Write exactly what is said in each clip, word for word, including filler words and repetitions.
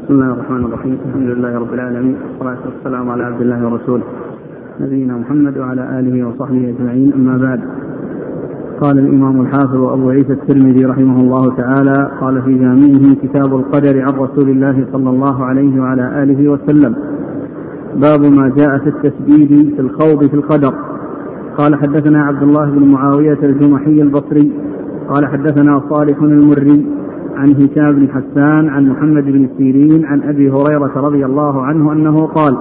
بسم الله الرحمن الرحيم. الحمد لله رب العالمين، والصلاة والسلام على عبد الله ورسوله نبينا محمد وعلى آله وصحبه أجمعين، أما بعد. قال الإمام الحافظ أبو عيسى الترمذي رحمه الله تعالى قال في جامعه كتاب القدر عن رسول الله صلى الله عليه وعلى آله وسلم: باب ما جاء في التسديد في الخوض في القدر. قال حدثنا عبد الله بن معاوية الجمحي البصري قال حدثنا صالح المري عن هشام بن حسان عن محمد بن سيرين عن أبي هريرة رضي الله عنه أنه قال: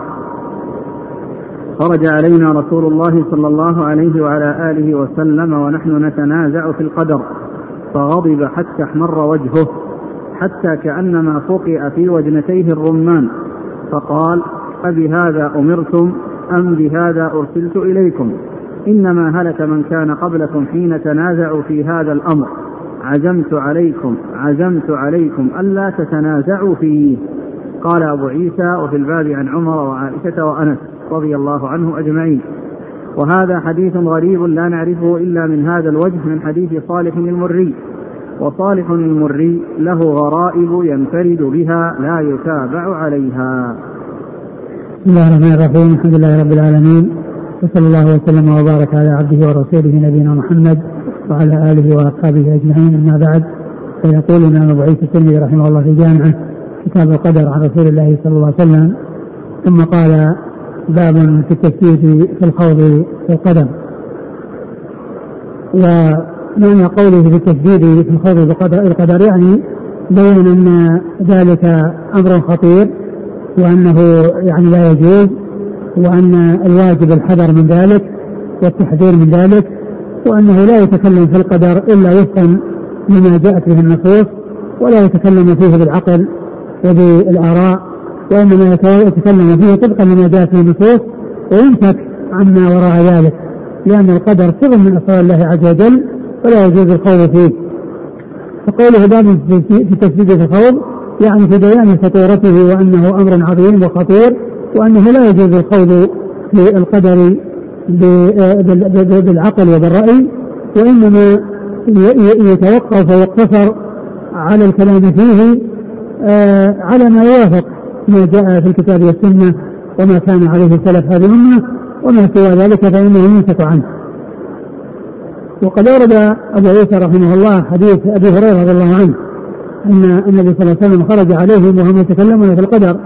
خرج علينا رسول الله صلى الله عليه وعلى آله وسلم ونحن نتنازع في القدر، فغضب حتى احمر وجهه حتى كأنما فقئ في وجنتيه الرمان، فقال: أبهذا أمرتم أم بهذا أرسلت إليكم؟ إنما هلك من كان قبلكم حين تنازعوا في هذا الأمر، عزمت عليكم عزمت عليكم ألا تتنازعوا فيه. قال أبو عيسى: وفي الباب عن عمر وعائشة وأنس رضي الله عنه أجمعين. وهذا حديث غريب لا نعرفه إلا من هذا الوجه من حديث صالح المري، وصالح المري له غرائب ينفرد بها لا يتابع عليها. بسم الله الرحمن الرحيم. الحمد لله رب العالمين، وصلى الله وسلم وبارك على عبده ورسوله نبينا محمد وعلى آله وأصحابه أجمعين، أما بعد. فيقول الإمام أبو عيسى الترمذي رحمه الله في جامعه كتاب القدر عن رسول الله صلى الله عليه وسلم، ثم قال: باب في التسديد في الخوض في القدر. ومعنى قوله في التسديد في الخوض في القدر يعني بين أن ذلك أمر خطير، وأنه يعني لا يجوز، وأن الواجب الحذر من ذلك والتحذير من ذلك، وأنه لا يتكلم في القدر إلا وفقا لما جاءت به النصوص، ولا يتكلم فيه بالعقل وبالآراء، وإنما يتكلم فيه طبقا لما جاءت به النصوص، ويمسك عما وراء ذلك، لأن القدر سر من أسرار الله عز وجل ولا يجوز الخوض فيه. فقوله باب في تسديد الخوض يعني في بيان خطورته، وأنه أمر عظيم وخطير، وأنه لا يجوز الخوض في القدر بالعقل وبالرأي، وإنما يتوقف ويقتصر على الكلام فيه على ما يوافق ما جاء في الكتاب والسنة وما كان عليه سلف هذه الأمة، وما سوى ذلك فإنه يمسك عنه. وقد أورد أبو عيسى رحمه الله حديث أبي هريرة رضي الله عنه أن النبي صلى الله عليه وسلم خرج عليهم وهم يتكلمون في القدر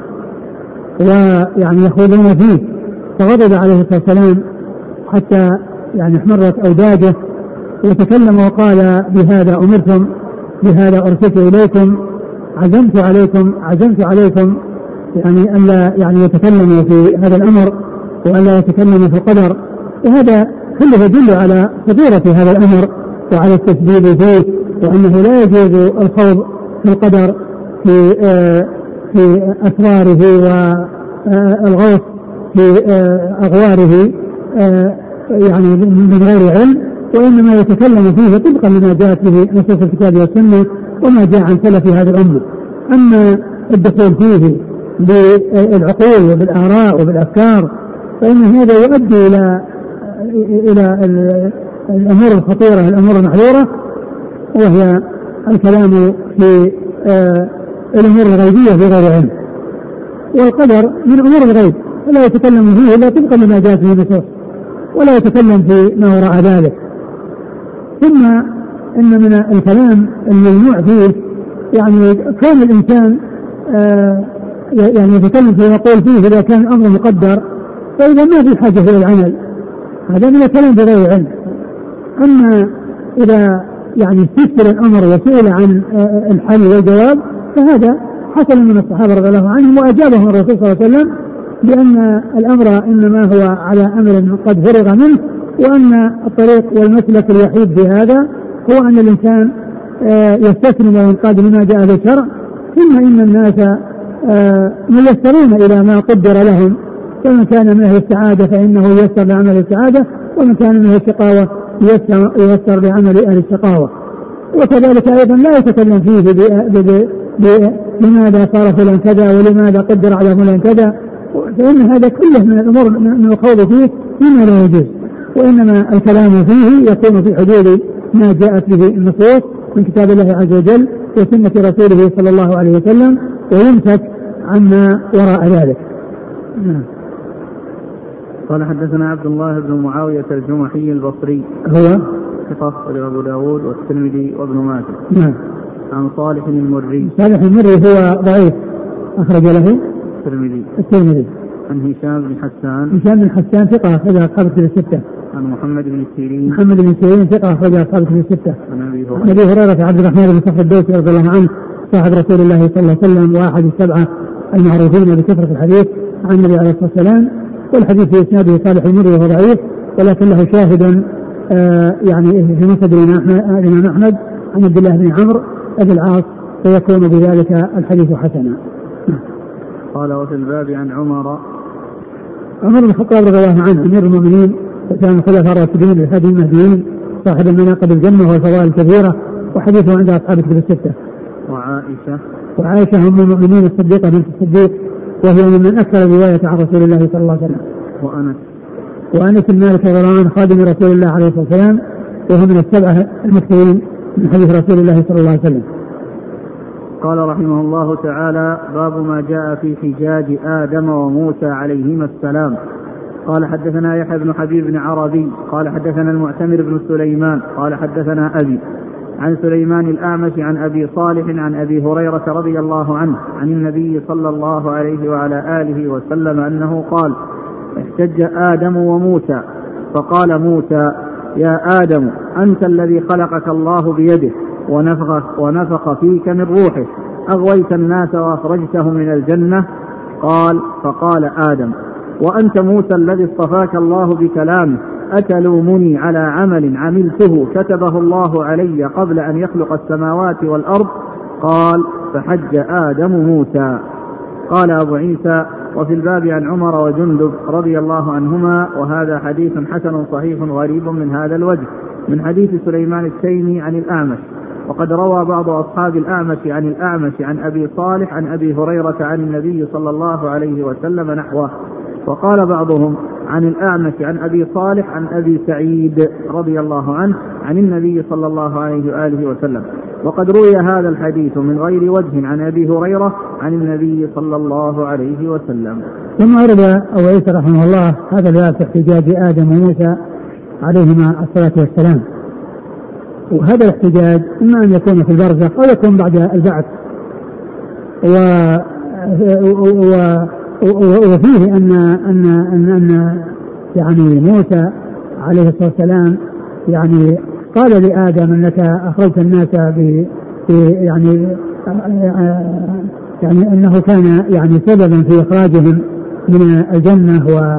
ويعني يخوضون فيه، فغضب عليه الصلاة والسلام حتى يعني احمرت أوداجه، وتكلم وقال: بهذا أمرتم بهذا أرسلت إليكم، عزمت عليكم عزمت عليكم يعني ألا يعني يتكلموا في هذا الأمر وألا يتكلموا في القدر. وهذا كله يدل على خطورة هذا الأمر وعلى التسديد فيه، وأنه لا يجوز الخوض في القدر في آه في أسراره والغوص في آه أغواره آه يعني من غير علم، وإنما يتكلم فيه طبقا لما جاءت به نصوص الكتاب والسنة وما جاء عن سلف هذه الأمة. أما الدخول فيه بالعقول وبالآراء وبالأفكار فإن هذا يؤدي إلى إلى الأمور الخطيرة الأمور المحذورة، وهي الكلام في الأمور الغيبية بغير علم. والقدر من أمور الغيب فلا يتكلم فيه إلا طبقا لما جاءت به النصوص، ولا يتكلم في ما وراء ذلك. ثم إن من الكلام الممنوع فيه يعني كون الإنسان آه يعني يتكلم فيه ويقول فيه إذا كان الأمر مقدر، فإذا ما في حاجة إلى العمل، هذا من الكلام بغير علم. أما إذا يعني استفسر الأمر وسئل عن آه الحل والجواب فهذا حصل من الصحابة رضي الله عنهم، وأجابهم الرسول صلى الله عليه وسلم بأن الأمر إنما هو على أمر قد فرغ منه، وأن الطريق والمسلك الوحيد في هذا هو أن الإنسان آه يستسلم وينقاد لما جاء في الشرع، ثم إن الناس آه ميسرون إلى ما قدر لهم، فمن كان من أهل السعادة فإنه ييسر لعمل السعادة، ومن كان من أهل الشقاوة ييسر, ييسر لعمل أهل الشقاوة. وكذلك أيضا لا يتكلم فيه لماذا صار فلان كذا ولماذا قدر على فلان كذا، فإن هذا كله من الأمور من الخوض فيه مما لا يجوز، وإنما الكلام فيه يكون في حدود ما جاءت به النصوص من كتاب الله عز وجل وسنة رسوله صلى الله عليه وسلم، ويمسك عما وراء ذلك. قال حدثنا عبد الله بن معاوية الجمحي البصري هو ثقة أخرجه أبو داود والترمذي وابن ماجه. نعم. عن صالح المري. صالح المري هو ضعيف أخرج له الترمذي. الترمذي. عن هشام بن حسان. هشام بن حسان ثقة أخرج أصحاب الكتب الستة. عن محمد بن سيرين. محمد بن سيرين ثقة أخرج أصحاب الكتب الستة. عن أبي هريرة. عن أبي هريرة عبد الرحمن بن صخر الدوسي رضي الله عنه صاحب رسول الله صلى الله عليه وسلم وأحد السبعة المعروفين بكثرة الحديث عن النبي عليه الصلاة والسلام. والحديث في إسناده صالح المري وهو ضعيف ولكن له شاهد آه يعني في مسند الإمام أحمد عن عبد الله بن عمرو بن العاص فيكون بذلك الحديث حسنا. قال وفي الباب عن عمر. عمر بن الخطاب رضي الله عنه أمير المؤمنين وكان الخلفاء الراشدين بالهادي المهديين صاحب المناقب الجنة والفضائل الكبيرة وحديثه عند أصحاب الكتب الستة. وعائشة. وعائشة أم المؤمنين الصديقة بنت الصديق وهي من أكثر الرواية عن رسول الله صلى الله عليه وسلم. وأنس. وأنس بن مالك رضي الله عنه خادم رسول الله عليه الصلاة والسلام وهو من السبعة المكثرين من حديث رسول الله صلى الله عليه وسلم. قال رحمه الله تعالى باب ما جاء في حجاج آدم وموسى عليهما السلام. قال حدثنا يحيى بن حبيب بن عربي قال حدثنا المعتمر بن سليمان قال حدثنا أبي عن سليمان الأعمش عن أبي صالح عن أبي هريرة رضي الله عنه عن النبي صلى الله عليه وعلى آله وسلم أنه قال احتج آدم وموسى فقال موسى يا آدم أنت الذي خلقك الله بيده ونفخ, ونفخ فيك من روحه أغويت الناس وأخرجتهم من الجنة. قال فقال آدم وأنت موسى الذي اصطفاك الله بكلامه أتلومني على عمل عملته كتبه الله علي قبل أن يخلق السماوات والأرض؟ قال فحج آدم موسى. قال أبو عيسى وفي الباب عن عمر وجندب رضي الله عنهما وهذا حديث حسن صحيح غريب من هذا الوجه من حديث سليمان التيمي عن الأعمش. وقد روى بعض أصحاب الأعمش عن الأعمش عن أبي صالح عن أبي هريرة عن النبي صلى الله عليه وسلم نحوه. وقال بعضهم عن الأعمش عن أبي صالح عن أبي سعيد رضي الله عنه عن النبي صلى الله عليه وآله وسلم. وقد روي هذا الحديث من غير وجه عن أبي هريرة عن النبي صلى الله عليه وسلم. ثم أورد أبو عيسى رحمه الله هذا الباب في احتجاج آدم وموسى عليهما الصلاة والسلام. وهذا الاحتجاج إما أن يكون في البرزخ أو يكون بعد البعث. و... و... وفيه أن أن أن, أن يعني موسى عليه الصلاة والسلام يعني قال لآدم أنك أخرجت الناس ب يعني يعني أنه كان يعني سببا في إخراجهم من الجنة. و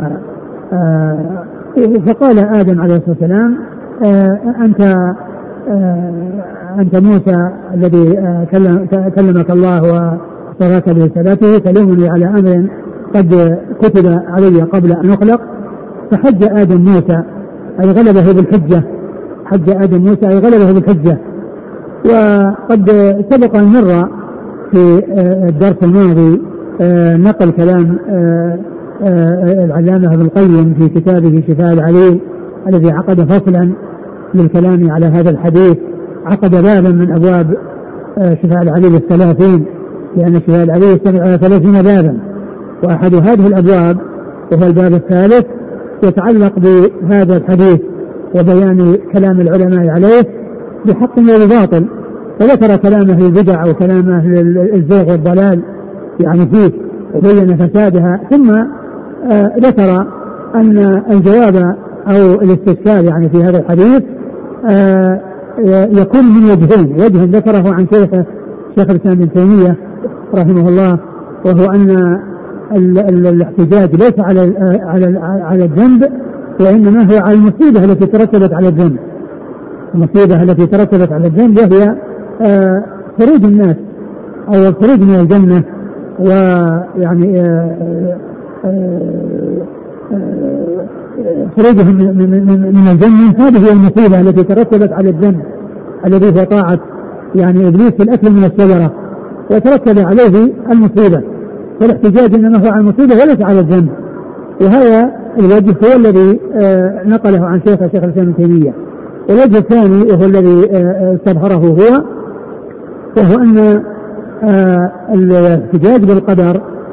فقال آدم عليه الصلاة والسلام أنت أنت موسى الذي كلمك الله وصراك برسالته تلومني على أمر قد كتب علي قبل أن أخلق. فحج آدم موسى أي غلبه بالحجة. حج آدم موسى أي غلبه بالحجة. وقد سبق أن مر في الدرس الماضي نقل كلام العلامة ابن القيم في كتابه شفاء العليل الذي عقد فصلا للكلام على هذا الحديث. عقد بابا من أبواب شفاء العليل الثلاثين لأن شفاء العليل يشتمل على ثلاثين بابا. وأحد هذه الأبواب وهو الباب الثالث يتعلق بهذا الحديث وبيان كلام العلماء عليه بحق وباطل. فذكر كلام أهل البدع وكلام أهل الزيغ والضلال يعني فيه وبين فسادها. ثم آه ذكر أن الجواب أو الاستشكال يعني في هذا الحديث آه يكون من وجهين. وجه ذكره عن شيخ شيخ الإسلام ابن تيمية رحمه الله وهو أن الاحتجاج ليس على على على الذنب وإنما هو على المصيبة التي ترتبت على الذنب. المصيبة التي ترتبت على الذنب وهي آه خروج الناس أو الخروج من الجنة ويعني آه آه آه خروجهم من الجنة. هذه هي المصيبة التي ترتبت على الذنب الذي هو طاعة يعني إبليس في الأكل من الشجرة وترتب عليه المصيبة. فالاحتجاج إنما هو على المصيبة وليس على الذنب. وهذا الوجه هو الذي آه نقله عن شيخ شيخ الإسلام ابن تيمية. والوجه الثاني وهو الذي آه استظهره هو وهو أن آه الاحتجاج بالقدر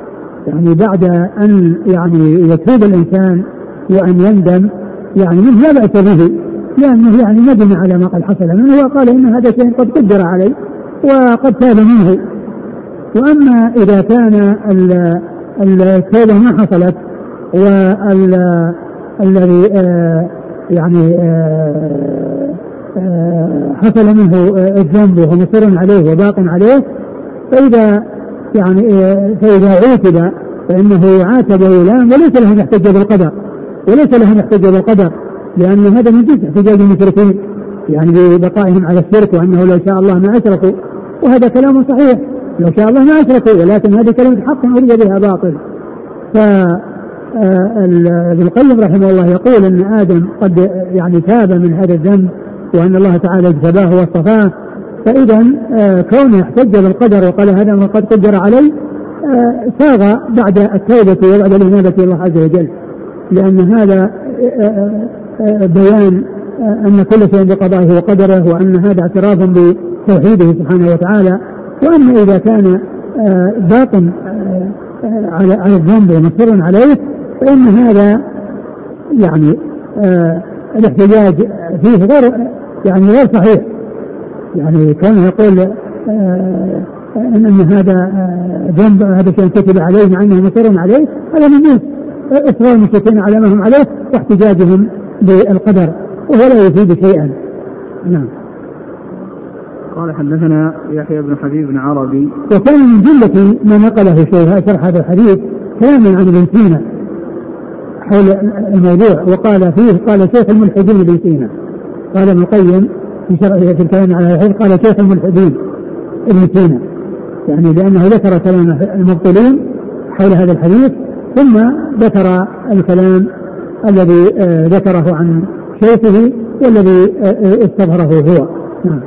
يعني بعد أن يعني يتوب الإنسان وأن يندم يعني منه لا بأس به، لأنه يعني ندم على ما قد حصل منه وقال إن هذا شيء قد قدر عليه وقد تاب منه. وأما إذا كان التوبة ما حصلت والذي يعني آه آه حصل منه الذنب وهو مصر عليه وباق عليه، فإذا يعني آه فإذا عوقب فإنه يعاتب ويلام وليس له يحتج بالقدر، وليس له يحتج بالقدر، لأن هذا من جزء احتجاج المشركين يعني ببقائهم على الشرك، وأنه لو شاء الله ما أشركوا، وهذا كلام صحيح، لو شاء الله ما أشركوا، ولكن هذه كلمة حق أريد بها باطل. فابن القيم رحمه الله يقول أن آدم قد يعني تاب من هذا الذنب وأن الله تعالى اجتباه واصطفاه، فإذا كونه يحتج بالقدر وقال هذا ما قد قدر عليه ساغ بعد التوبة وبعد الإنابة إلى الله عز وجل، لأن هذا بيان أن كل شيء بقضائه وقدره، وأن هذا اعتراف بتوحيده سبحانه وتعالى. وأما إذا كان باق على على الذنب ومصر عليه فإن هذا يعني الاحتجاج فيه غير يعني غير صحيح، يعني كان يقول ان هذا ذنب هذا شيء كتب عليه مع انه مصر عليه، هذا من جنس اصرار المشركين على ما هم عليه واحتجاجهم بالقدر، وهو لا يفيد شيئا. نعم. قال حدثنا يحيى بن حبيب بن عربي. وكان من جملة ما نقله شيخ شرح هذا الحديث كلاما عن ابن سينا حول الموضوع، وقال فيه قال شيخ الملحدين ابن سينا، قال ابن القيم في شرح في الكلام على الحديث قال شيخ الملحدين ابن سينا، يعني لأنه ذكر كلام المبطلين حول هذا الحديث ثم ذكر الكلام الذي ذكره عن شيخه والذي استظهره هو. نعم.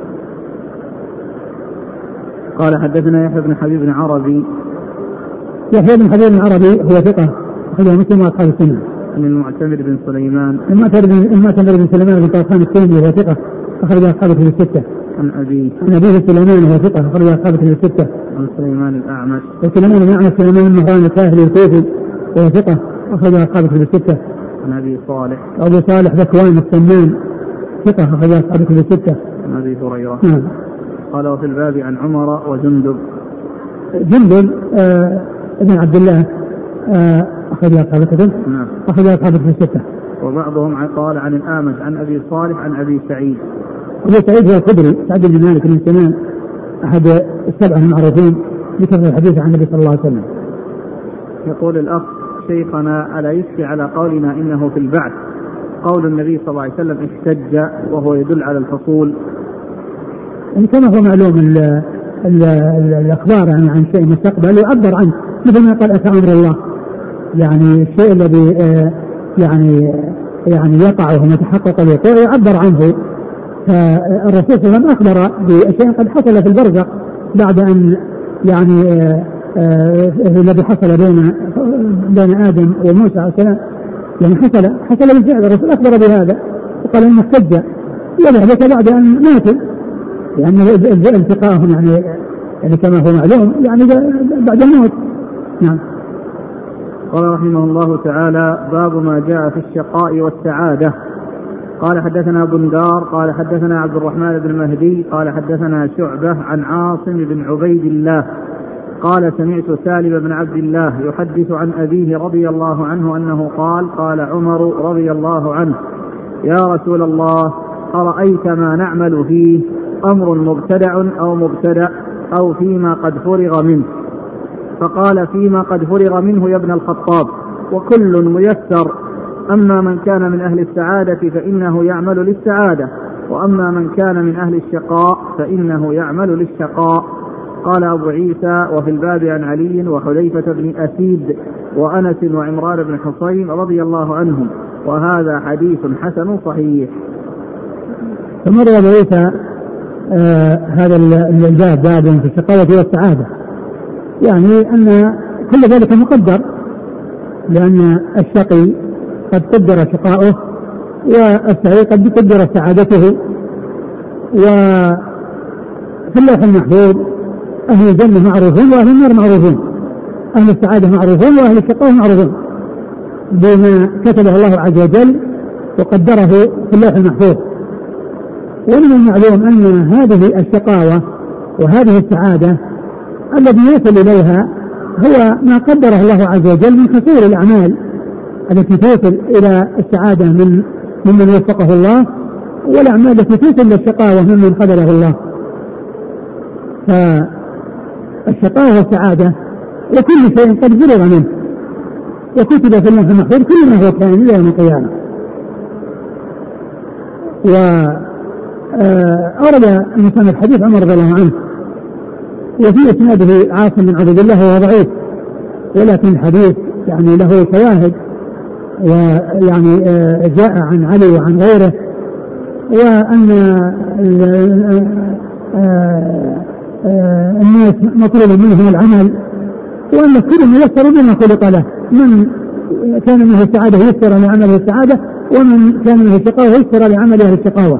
قال حدثنا يحيى بن حبيب بن عربي. يحيى بن حبيب بن عربي هو ثقة أخرجه مسلم وأصحاب السنة. عن المعتمر بن سليمان. المعتمر بن المعتمر بن سليمان بن طرخان التيمي هو ثقة أخرج أصحابه في الستة. عن أبيه. عن أبيه سليمان هو ثقة أخرج أصحابه في الستة. عن سليمان الأعمش. وسليمان الأعمش سليمان المهران الكاهلي الكوفي وهو ثقة أخرج أصحابه في الستة. عن أبي صالح. أبو صالح ذكوان السمان ثقة أخرج أصحابه في الستة. عن أبي هريرة. نعم. قال وفي الباب عن عمر وجندب. جندب آه ابن عبد الله آه أخرج أصحابه كتب. نعم. أخرج أصحابه في الستة. وبعضهم قال عن الأعمش عن أبي صالح عن أبي سعيد. أبو سعيد هو الخدري سعد بن مالك بن سنان أحد السبعة المعروفين بكثرة الحديث عن النبي صلى الله عليه وسلم. يقول الأخ شيخنا ألا يشفي على قولنا إنه في البعث قول النبي صلى الله عليه وسلم احتج وهو يدل على الفصول؟ يعني كما هو معلوم ال ال ال الأخبار يعني عن شيء مستقبل يعبر عنه مثل ما قال أتى أمر الله، يعني الشيء الذي آه يعني يعني يقع وهو متحقق الوقوع يعبر عنه. فالرسول صلى الله عليه وسلم أخبر بشيء قد حصل في البرزخ بعد أن يعني الذي حصل بين بين آدم وموسى عليه السلام، يعني حصل حصل بالفعل. الرسول أخبر بهذا وقال إنه احتج وذلك بعد أن ماتوا، لأن يعني التقاءهم يعني يعني كما هو معلوم يعني بعد الموت. نعم. قال رحمه الله تعالى باب ما جاء في الشقاء والسعادة. قال حدثنا بندار قال حدثنا عبد الرحمن بن مهدي قال حدثنا شعبة عن عاصم بن عبيد الله قال سمعت سالم بن عبد الله يحدث عن أبيه رضي الله عنه أنه قال قال عمر رضي الله عنه يا رسول الله أرأيت ما نعمل فيه أمر مبتدع أو مبتدأ أو فيما قد فرغ منه؟ فقال فيما قد فرغ منه يا ابن الخطاب وكل ميسر، أما من كان من أهل السعادة فإنه يعمل للسعادة، وأما من كان من أهل الشقاء فإنه يعمل للشقاء. قال أبو عيسى وفي الباب عن علي وحذيفة بن أسيد وأنس وعمران بن حصين رضي الله عنهم، وهذا حديث حسن صحيح. ثم روى أبو عيسى آه هذا الباب باب في الشقاوة والسعادة، يعني أن كل ذلك مقدر، لأن الشقي قد قدر شقاؤه والسعيد قد قدر سعادته. وفي اللوح المحفوظ أهل الجنة معروفون وأهل النار معروفون، أهل السعادة معروفون وأهل الشقاوة معروفون بما كتبه الله عز وجل وقدره في اللوح المحفوظ. ومن المعلوم أن هذه الشقاوة وهذه السعادة الذي يصل إليها هو ما قدره الله عز وجل من حصول الأعمال التي توصل إلى السعادة من ممن وفقه الله، والأعمال التي توصل للشقاوة ممن قدره الله. فالشقاوة والسعادة وكل شيء قد فرغ منه وكتب في اللوح المحفوظ كل ما هو كائن إلى يوم القيامة. وأورد المصنف حديث عمر رضي الله عنه وفي إسناده عاصم بن عبد الله وهو ضعيف، ولكن الحديث يعني له شواهد ويعني جاء عن علي وعن غيره، وأن الناس مطلوب منهم العمل، وأن كل ميسر بما خلق له، من كان منه السعادة يسر لعمله السعادة، ومن كان منه الشقاوة يسر لعمله الشقاوة،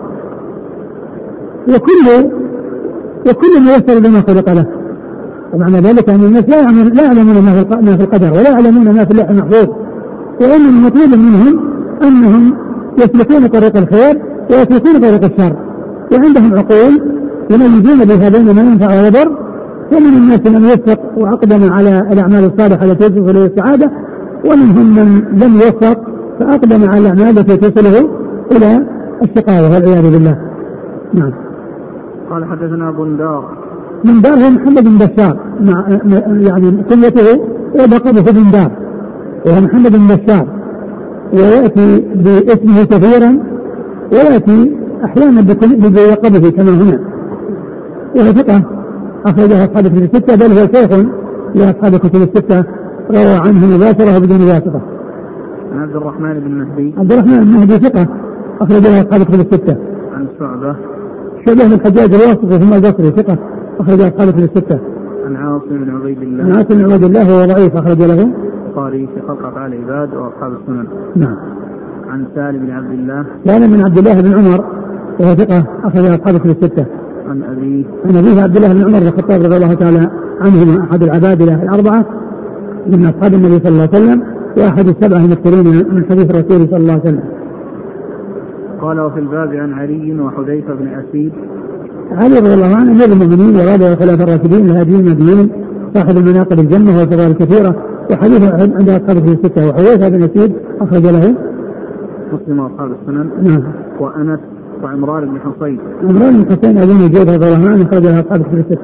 وكل وكل ميسر بما خلق له. ومعنى ذلك أن الناس لا يعلمون لا يعلمون ما في القدر ولا يعلمون ما في اللوح المحفوظ، وإن المطلوب منهم أنهم يسلكون طريق الخير ويسلكون طريق الشر، وعندهم عقول يميزون بها بين ما ينفع ويضر. ومن الناس من يوفق وأقدم على الأعمال الصالحة التي توصل إلى السعادة، ومنهم من لم يوفق فأقدم على الأعمال التي توصله إلى الشقاوة والعياذ بالله. نعم. قال حدثنا بندار. بندار هو محمد بن بشار، يعني كنيته ولقبه بندار، وهو محمد بن بشار، ويأتي باسمه كثيرا ويأتي أحيانا بلقبه كما هنا. وهو ثقة أخرجه أصحاب الكتب الستة، بل هو شيخ لأصحاب الكتب الستة، روى عنه مباشرة وبدون واسطة. عبد الرحمن بن مهدي. عبد الرحمن بن مهدي ثقة أخرجه أصحاب الكتب الستة. عن شعبة. شعبة بن الحجاج الواسطي ثم البصري ثقة أخرجه أصحاب الكتب الستة. عن عاصم بن عبيد الله. عن عاصم بن عبيد الله وهو ضعيف أخرج له البخاري في خلق أفعال العباد وأصحاب السنن. نعم. عن سالم بن عبد الله. سالم بن عبد الله بن عمر وهو ثقة أخرجه أصحاب الكتب الستة. عن أبيه. عن أبيه عبد الله بن عمر بن الخطاب رضي الله تعالى عنهما، أحد العبادلة الأربعة من أصحاب النبي صلى الله عليه وسلم، وأحد السبعة المكثرين من حديث رسوله صلى الله عليه وسلم. قال وفي الباب عن علي وحذيفة بن أسيد. علي رضي الله عنه أمير المؤمنين ورابع الخلفاء الراشدين الهاديين المهديين صاحب المناقب الجنة والفضائل الكثيرة، وحديثه عند أصحاب الستة. وحذيفة بن أسيد أخرج له مسلم وأصحاب السنن. نعم. وأنس وعمران بن حصين. عمران بن حصين أبو نجيب رضي الله عنه أخرج له أصحاب الستة.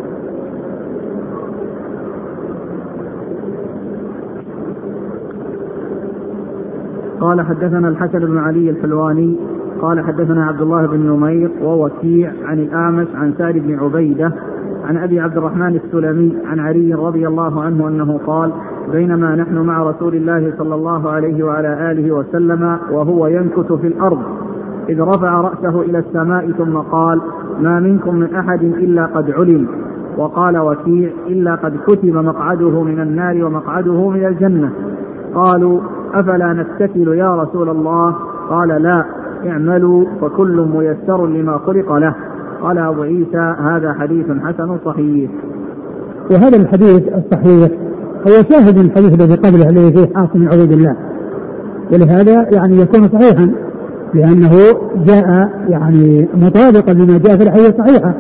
قال حدثنا الحسن بن علي الحلواني قال حدثنا عبد الله بن نمير ووكيع عن الأعمش عن سعد بن عبيدة عن أبي عبد الرحمن السلمي عن علي رضي الله عنه أنه قال: بينما نحن مع رسول الله صلى الله عليه وعلى آله وسلم وهو ينكت في الأرض إذ رفع رأسه إلى السماء ثم قال: ما منكم من أحد إلا قد علم. وقال وكيع: إلا قد كتب مقعده من النار ومقعده من الجنة. قالوا: أفلا نتكل يا رسول الله؟ قال: لا، اعملوا فكل ميسر لما خلق له. قال أبو عيسى: هذا حديث حسن صحيح. وهذا الحديث الصحيح هو شاهد من الحديث الذي قبله الذي فيه عاصم بن عبيد الله، ولهذا يعني يكون صحيحا لأنه جاء يعني مطابقا لما جاء في الحديث الصحيحة.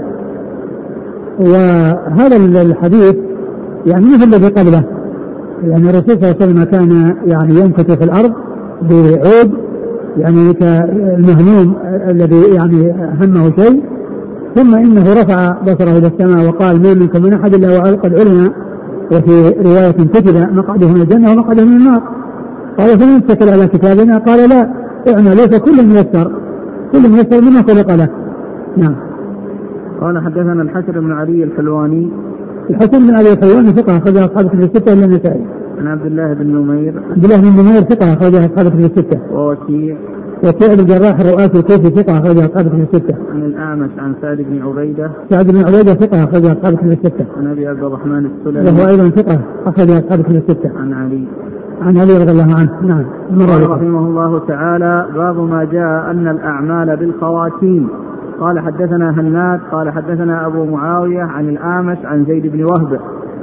وهذا الحديث يعني مثل الذي قبله، يعني الرسول صلى الله عليه وسلم كان يعني ينكت في الأرض بعود يعني كالمهموم الذي يعني همه شيء، ثم إنه رفع بصره إلى السماء وقال: ما منكم من أحد إلا وقد علم. وفي رواية كتب مقعده من الجنة ومقعده من النار. قال: فمن اتكل على كتابنا؟ قال: لا، اعملوا فكل ميسر كل ميسر بما خلق له. نعم. قال حدثنا الحسن بن علي الحلواني. الحسن بن علي الحلواني ثقة أخرجه أصحاب الكتب الستة إلا النسائي. عن عبد الله بن نمير. عبد الله بن نمير ثقة أخرجه أصحاب الكتب الستة. ووكيع. وكيع بن الجراح الرؤاسي الكوفي ثقة أخرجه أصحاب الكتب الستة. عن الأعمش عن سعد بن عبيدة. سعد بن عبيدة ثقة أخرجه أصحاب الكتب الستة. عن أبي عبد الرحمن السلمي. وهو أيضا ثقة أخرجه أصحاب الكتب الستة. عن علي. عن علي رضي الله عنه. نعم. قال رحمه الله تعالى: باب ما جاء أن الأعمال بالخواتيم. قال حدثنا هناد قال حدثنا أبو معاوية عن الأعمش عن زيد بن وهب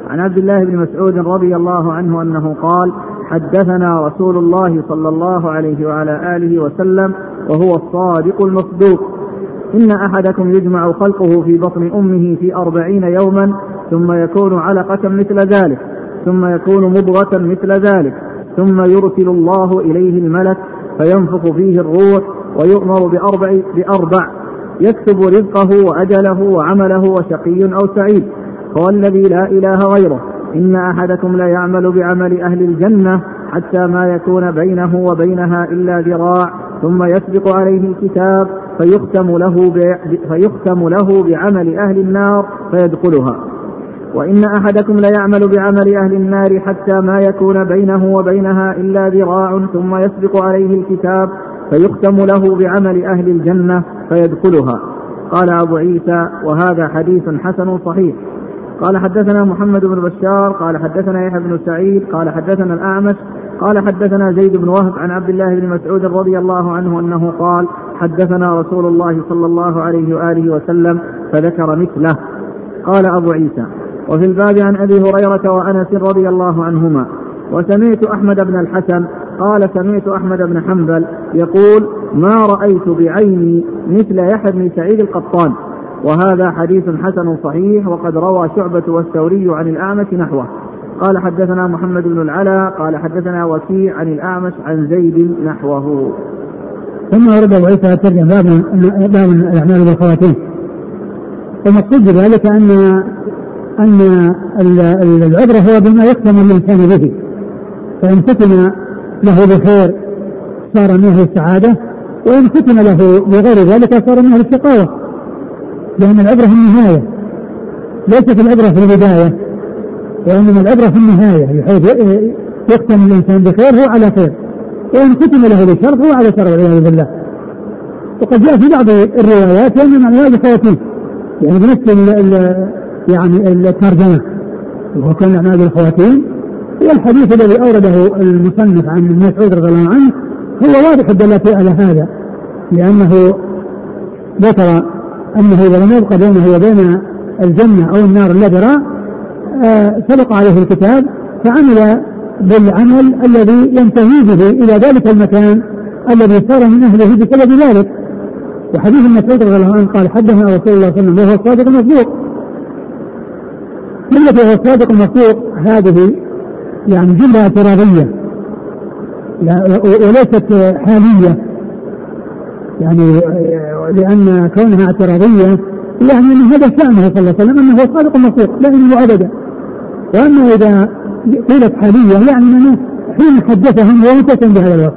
عن عبد الله بن مسعود رضي الله عنه أنه قال: حدثنا رسول الله صلى الله عليه وعلى آله وسلم وهو الصادق المصدوق: إن أحدكم يجمع خلقه في بطن أمه في أربعين يوما ثم يكون علقة مثل ذلك ثم يكون مضغة مثل ذلك ثم يرسل الله إليه الملك فينفخ فيه الروح ويؤمر بأربع, بأربع يكتب رزقه وأجله وعمله وشقي أو سعيد. هو الذي لا إله غيره: إن أحدكم لا يعمل بعمل أهل الجنة حتى ما يكون بينه وبينها إلا ذراع ثم يسبق عليه الكتاب فيختم له, فيختم له بعمل أهل النار فيدخلها. وإن أحدكم لا يعمل بعمل أهل النار حتى ما يكون بينه وبينها إلا ذراع ثم يسبق عليه الكتاب فيختم له بعمل أهل الجنة فيدخلها. قال أبو عيسى: وهذا حديث حسن صحيح. قال: حدثنا محمد بن بشار قال حدثنا يحيى بن سعيد قال حدثنا الأعمش قال حدثنا زيد بن وهب عن عبد الله بن مسعود رضي الله عنه أنه قال: حدثنا رسول الله صلى الله عليه وآله وسلم فذكر مثله. قال أبو عيسى: وفي الباب عن أبي هريرة وأنس رضي الله عنهما. وسمعت أحمد بن الحسن قال: سمعت أحمد بن حنبل يقول: ما رأيت بعيني مثل يحيى بن سعيد القطان. وهذا حديث حسن صحيح. وقد روى شعبة والثوري عن الأعمش نحوه. قال: حدثنا محمد بن العلا قال حدثنا وكيع عن الأعمش عن زيد نحوه. ثم ورد أبو عيسى ترجم باب الأعمال بالخواتيم. المقصود بذلك أن أن العبرة هو بما يختم الإنسان به، فإن ختم له بخير صار منه السعادة، وإن ختم له بغير ذلك صار منه الشقاوة، لأن العبرة في النهاية، ليست العبرة في البداية، وإنما العبرة في النهاية، بحيث يختم الإنسان بخير هو على خير، وإن ختم له بشر فهو على شر والعياذ بالله. وقد جاء في بعض الروايات أن معنى هذا خواتيم، يعني بنفس يعني الترجمة، وهو كان الأعمال بالخواتيم. والحديث الذي أورده المصنف عن ابن مسعود رضي الله عنه هو واضح الدلالة على هذا، لأنه ذكر أنه إذا لم يبقى بينه وبين الجنة أو النار إلا ذراع سبق عليه الكتاب فعمل بالعمل الذي ينتهي به إلى ذلك المكان الذي صار من أهله بسبب ذلك. وحديث ابن مسعود رضي الله عنه قال: حدثنا رسول الله صلى الله عليه وسلم وهو الصادق المصدوق. كلمة وهو الصادق المصدوق هذه يعني جملة اعتراضية وليست حالية، يعني لأن كونها اعتراضية يعني أن هذا شأنه صلى الله عليه وسلم أنه هو الصادق المصدوق لا إله أبدا. وأما إذا قيلت حالية يعني أنه حين حدثهم هو متسم بهذا الوقت،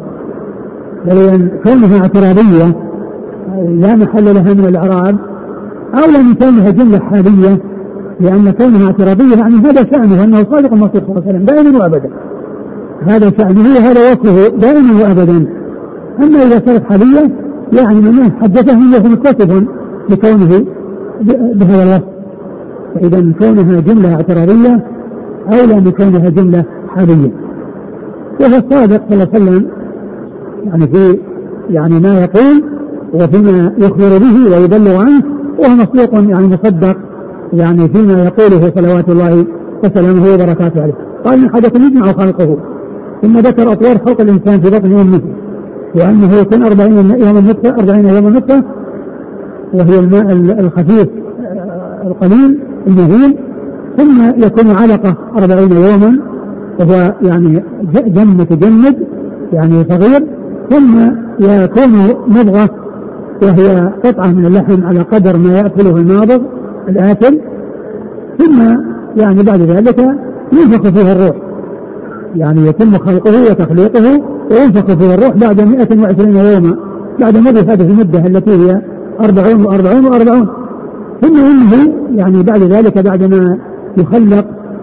لأن كونها اعتراضية لا محل لها من الإعراب، أو لم كونها جملة حالية لأن كونها اعتراضية يعني هذا شأنه أنه صادق المصدوق صلى الله عليه وسلم دائما وأبدا، هذا شأنه وهذا وصفه دائما وأبدا. أما إذا صارت حالية يعني من حدثهم وهو متصف بكونه بهذا الوصف، فإذا كونها جملة اعتراضية أولى من كونها جملة حالية. وهو الصادق صلى الله عليه وسلم يعني في يعني ما يقول وفيما يخبر به ويبلغ عنه، وهو مصدوق يعني مصدق يعني فيما يقوله صلوات الله وسلامه وبركاته عليه. قال: من حدث يجمع خلقه، ثم ذكر أطوار خلق الإنسان في بطن أمه، وأنه يكون أربعين يوما نطفة أربعين يوما نطفة وهي الماء الخفيف القليل المهين، ثم يكون علقة أربعين يوما وهو يعني جمة جمد يعني صغير، ثم يكون مضغة وهي قطعة من اللحم على قدر ما يأكله الماضغ الآكل، ثم يعني بعد ذلك ينفخ فيه الروح، يعني يتم خلقه وتخليقه وينفخ فيه الروح بعد مئة وعشرين يوما بعد مضي هذه المدة التي هي أربعون وأربعون وأربعون. ثم إنه يعني بعد ذلك بعدما يخلق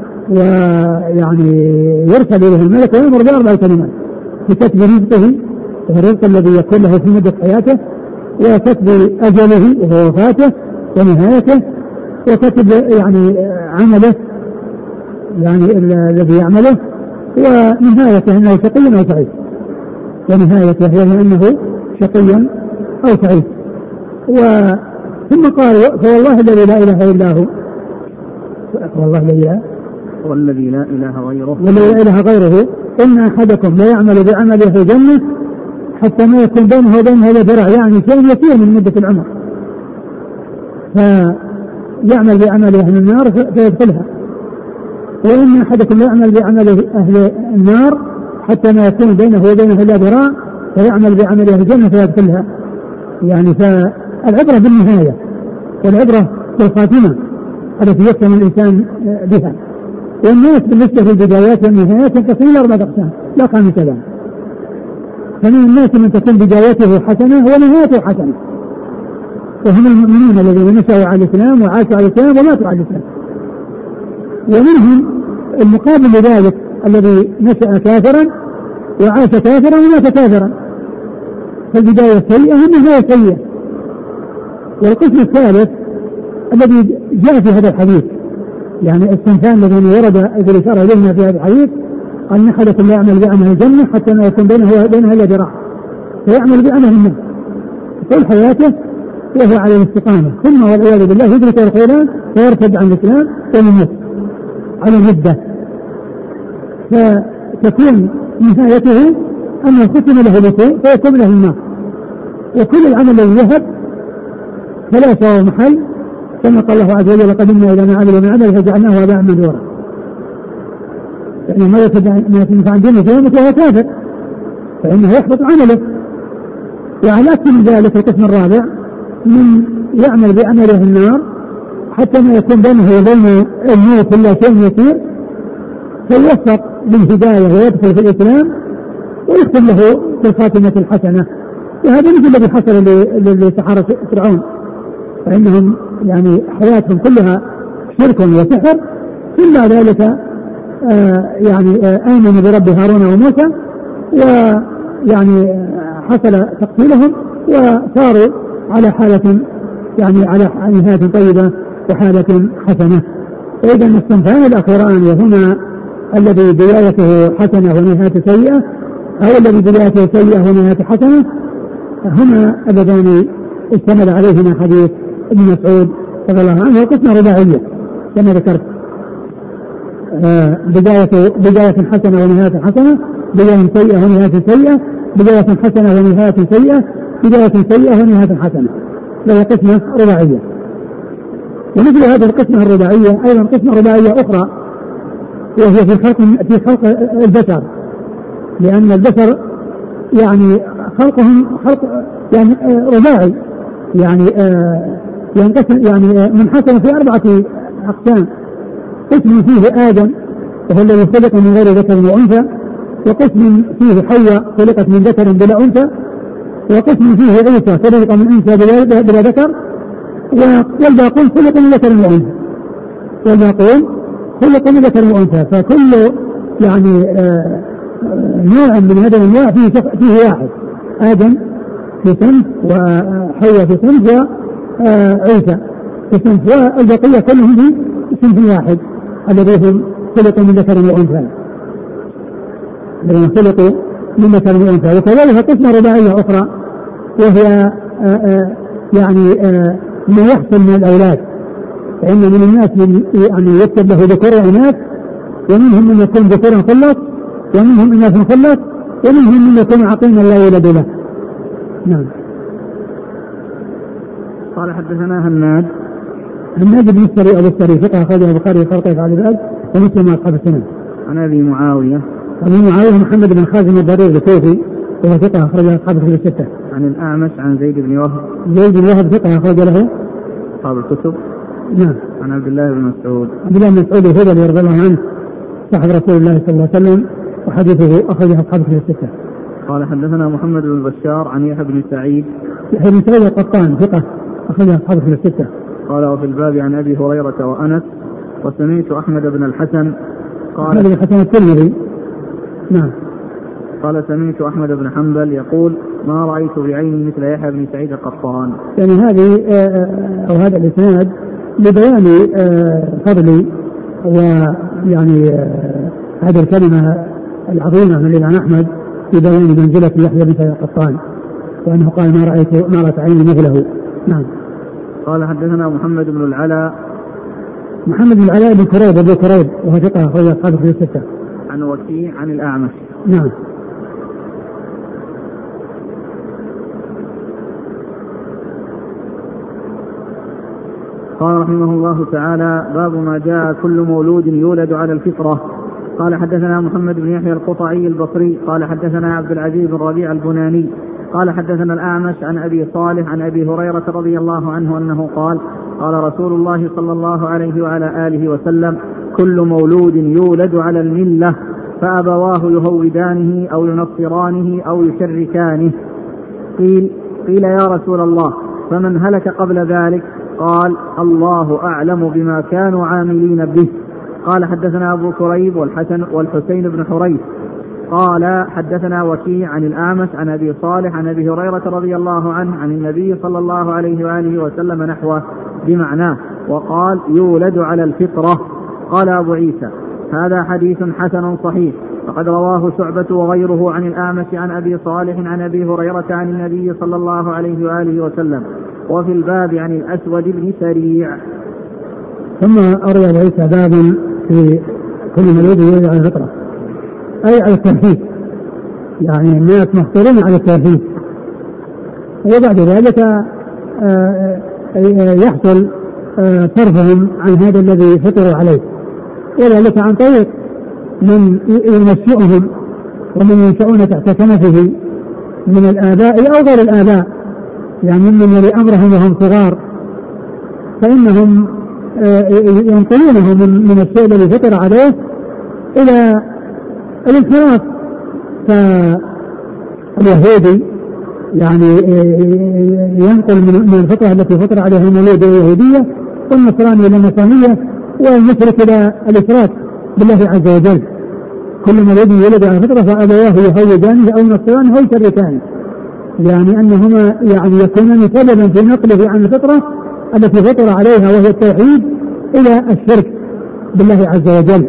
ويعني يرسل إليه الملك ويأمر بأربع كلمات: بكتب رزقه وهو الرزق الذي يكون له في مدة حياته، وكتب أجله وهو وفاته ونهايته، وكتب يعني عمله يعني الذي يعمله، ونهايته أنه شقي أو سعيد، ونهايته هي أنه شقي أو سعيد. ثم قال: فوالله الذي لا إله إلا هو، والله الذي لا والذي لا إله غيره والذي لا إله غيره إن أحدكم لا يعمل بعمله في الجنة حتى ما يكون بينه وبينها إلا ذراع، يعني شيء يسير من مدة العمر، فيعمل بعمل أهل النار فيدخلها. وإن أحدكم لا يعمل بعمل أهل النار حتى ما يكون بينه وبينها إلا ذراع فيعمل بعمل أهل الجنة فيدخلها. يعني فالعبرة بالنهاية والعبرة بالخاتمة التي يختم الإنسان بها. والناس بالنسبة للبدايات والنهايات ينقسم إلى أربعة أقسام لا خامسة لها. فمن الناس من تكون بدايته حسنة ونهايته حسنة، وهم المؤمنون الذين نشأوا على الإسلام وعاشوا على الإسلام وماتوا على الإسلام. ومنهم المقابل لذلك الذي نشأ كافرا وعاش كافرا ومات كافرا، فالبداية سيئة والنهاية سيئة. والقسم الثالث الذي جاء في هذا الحديث، يعني الصنفان الذين ورد الإشارة إليهما في هذا الحديث، أن أحدكم لا يعمل بعمل الجنة حتى ما يكون بينه وبينها إلا ذراع فيعمل بعمل الناس طول حياته وهو على الاستقامة، ثم والعياذ بالله يدرك الخيرات ويرتد عن الإسلام ويموت على مدة، فتكون نهايته أنه ختم له بسوء فيكون له النار. وكل العمل الذي ذهب فلا سوى محل، كما قال الله عز وجل قدمنا إلى ما عملوا من عمل فجعلناه هباء منثورا. يعني ما يتنفع دينه فيموت وهو كافر فإنه يحبط عمله. وعلى أكثر من ذلك القسم الرابع من يعمل بعمله النار حتى ما يكون بينه وبين الموت إلا شيء يسير فيوفق بالهداية ويدخل في الإسلام ويختم له في الخاتمة الحسنة. وهذا مثل الذي حصل لسحرة فرعون، فإنهم يعني حياتهم كلها شرك وسحر، ثم ذلك آه يعني آه آمنوا برب هارون وموسى، ويعني حصل تقتيلهم وصاروا على حالة يعني على نهاية طيبة وحالة حسنة. وإذا الصنفان الأخيران وهما الذي بدايته حسنة ونهايته سيئة أو الذي بدايته سيئة ونهايته حسنة هما اللذان اشتمل عليهما حديث ابن مسعود رضي الله عنه. وقسمة رباعية كما ذكرت، آه بداية بداية حسنة ونهاية حسنة، بداية سيئة ونهاية سيئة، بداية حسنة ونهاية سيئة، بداية سيئة ونهاية حسنة، فهي قسمة رباعية. ومثل هذه القسمة الرباعية أيضا قسمة رباعية أخرى وهي في خلق في خلق البشر، لأن البشر يعني خلقهم خلق يعني رباعي، يعني آه ينقسم يعني منحصر في أربعة أقسام. قسم فيه آدم وهو الذي خلق من غير ذكر وأنثى، وقسم فيه حواء خلقت من ذكر بلا أنثى، وقسم فيه عيسى خلق من أنثى بلا ذكر، والباقون خلق من ذكر وأنثى والباقون خلق من ذكر وأنثى. فكل يعني آه نوع من هذا الأنواع فيه فيه واحد، آدم في صنف وحواء في صنف وعيسى في صنف، والبقية كلهم في صنف واحد الذي هم خلقوا من ذكر وأنثى الذين خلقوا من ذكر وأنثى. وكذلك قسمة رباعية أخرى وهي آآ آآ يعني آآ ما يحصل من الأولاد، فإن من الناس من يعني يكتب له ذكور وإناث، ومنهم من يكون ذكورا خلص، ومنهم إناث خلص، ومنهم من يكون عقيما لا يولد له. نعم. قال حدثنا هناد هناد بن السري أبو السري ثقة أخرجه البخاري خلقه في العباد ومسلم أصحاب السنن. عن أبي معاوية أبي معاوية محمد بن خازم الضرير الكوفي وهو ثقة أخرجه أصحاب الكتب الستة. عن الأعمش عن زيد بن وهب زيد بن وهب ثقة أخرج له أصحاب الكتب. نعم. عن عبد الله بن مسعود عبد الله بن مسعود الهذلي رضي الله عنه صاحب رسول الله صلى الله عليه وسلم وحديثه أخرجه أصحاب الكتب الستة. قال حدثنا محمد بن بشار عن يحيى بن سعيد يحيى بن سعيد القطان ثقة أخرجه أصحاب الكتب الستة. قال وفي الباب عن أبي هريرة وأنس وسمعت أحمد بن الحسن قال أحمد بن الحسن الترمذي. نعم. قال سمعت أحمد بن حنبل يقول ما رأيت بعيني مثل يحيى بن سعيد القطان. يعني هذه أو هذا الإسناد لبيان فضل ويعني هذه الكلمة العظيمة من الإمام أحمد في بيان منزلة يحيى بن سعيد القطان، وأنه قال ما رأيت ما رأت عيني مثله. نعم. قال حدثنا محمد بن العلاء محمد بن العلاء بن كريب أبو كريب وهو ثقة أخرج أصحابه في الستة. عن وكيع عن الأعمش. نعم. قال رحمه الله تعالى: باب ما جاء كل مولود يولد على الفطرة. قال حدثنا محمد بن يحيى القطعي البصري قال حدثنا عبد العزيز بن ربيع البناني قال حدثنا الأعمش عن أبي صالح عن أبي هريرة رضي الله عنه أنه قال: قال رسول الله صلى الله عليه وعلى آله وسلم: كل مولود يولد على الملة فأبواه يهودانه أو ينصرانه أو يشركانه. قيل, قيل يا رسول الله فمن هلك قبل ذلك؟ قال: الله أعلم بما كانوا عاملين به. قال حدثنا أبو كريب والحسن والحسين بن حريث قال حدثنا وكيع عن الأعمش عن أبي صالح عن أبي هريرة رضي الله عنه عن النبي صلى الله عليه وآله وسلم نحوه بمعناه، وقال: يولد على الفطرة. قال أبو عيسى: هذا حديث حسن صحيح، فقد رواه شعبة وغيره عن الأعمش عن أبي صالح عن أبي هريرة عن النبي صلى الله عليه وآله وسلم، وفي الباب عن الأسود بن سريع. ثم أروى أبو عيسى باب في كل مولود يولد على الفطرة، أي على التوحيد، يعني الناس مفطورين على التوحيد، وبعد ذلك يحصل صرفهم عن هذا الذي فطروا عليه، وذلك عن طريق من ينشئهم ومن ينشؤون تحت كنفه من الآباء أو غير الآباء، يعني من ولي أمرهم وهم صغار، فإنهم ينقلونه من, من الشيء الذي فطر عليه إلى الانحراف. فاليهودي يعني ينقل من الفطرة التي فطر عليها المولود اليهودية، والنصراني إلى النصرانية، والمشرك إلى الإشراك بالله عز وجل. كل مولود يولد على الفطرة فأبواه يهودانه أو ينصرانه أو يشركانه، يعني أنهما يعني يكونان سببا في نقله عن الفطرة التي فطر عليها وهي التوحيد إلى الشرك بالله عز وجل.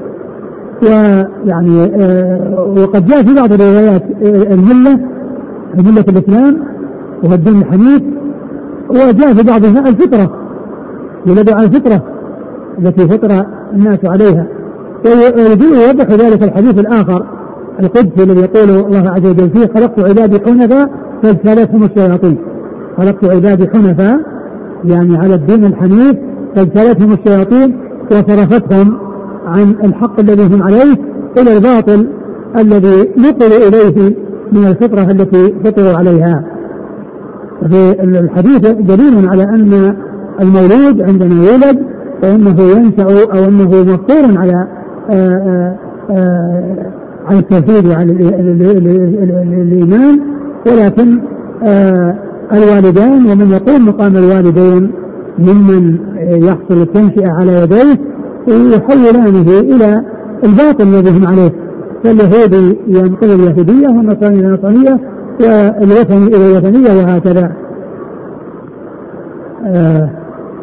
ويعني آه وقد جاء في بعض الروايات آه الملة ملة الإسلام وهو الدين الحنيف، وجاء في بعضها الفطرة، يولد على الفطرة التي فطر الناس عليها. ويوضح ذلك الحديث الآخر القدسي الذي يقول الله عز وجل فيه: خلقت عبادي حنفاء فاجتالتهم الشياطين. خلقت عبادي حنفاء يعني على الدين الحنيف، فاجتالتهم الشياطين وصرفتهم عن الحق الذي هم عليه إلى الباطل الذي نقلوا إليه من الفطرة التي فطروا عليها. في الحديث دليل على أن المولود عندما يولد فإنه ينشأ أو أنه مفطور على آآ آآ على التوحيد وعلى الإيمان، ولكن الوالدان ومن يقوم مقام الوالدين ممن يحصل التنشئة على يديه يحولانه إلى الباطل الذي هم عليه، فاليهودي ينقل اليهودية والنصراني إلى النصرانية والوثني إلى الوثنية وهكذا. آآ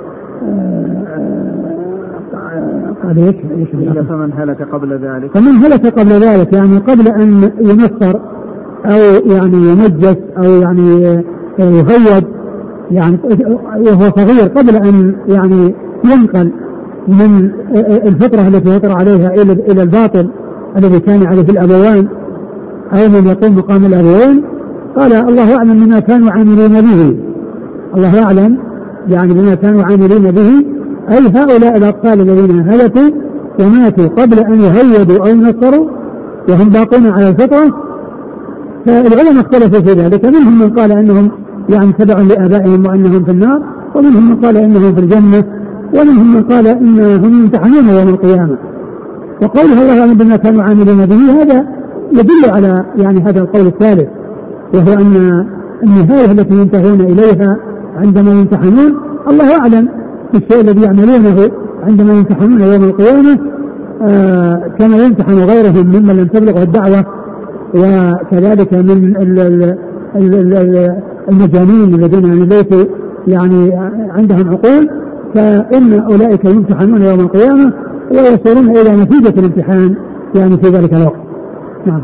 قال ايش فمن هلك قبل ذلك فمن هلك قبل ذلك يعني قبل أن ينصر أو يعني يمجس أو يعني يغيب، يعني وهو صغير قبل أن يعني ينقل من الفطرة التي فطر عليها إلى إلى الباطل الذي كان عليه الأبوان أو من يقوم مقام الأبوين. قال: الله أعلم بما كانوا عاملين به. الله أعلم يعني بما كانوا عاملين به، أي هؤلاء الأطفال الذين هلكوا وماتوا قبل أن يهودوا أو ينصروا وهم باقون على الفطرة. فالعلماء اختلفوا في ذلك، منهم من قال أنهم يعني تبع لآبائهم وأنهم في النار، ومنهم من قال أنهم في الجنة، ومنهم من قال إنهم يمتحنون يوم القيامة. وقوله الله أعلم بما كانوا عاملين به هذا يدل على يعني هذا القول الثالث، وهو أن النهاية التي ينتهون إليها عندما يمتحنون الله أعلم بالشيء الذي يعملونه عندما يمتحنون يوم القيامة، آه كما يمتحن غيرهم ممن لم تبلغه الدعوة، وكذلك من المجانين الذين يعني ليسوا يعني عندهم عقول، فإن أولئك يمتحنون يوم القيامة ويصلون إلى نتيجة الامتحان يعني في ذلك الوقت. نعم.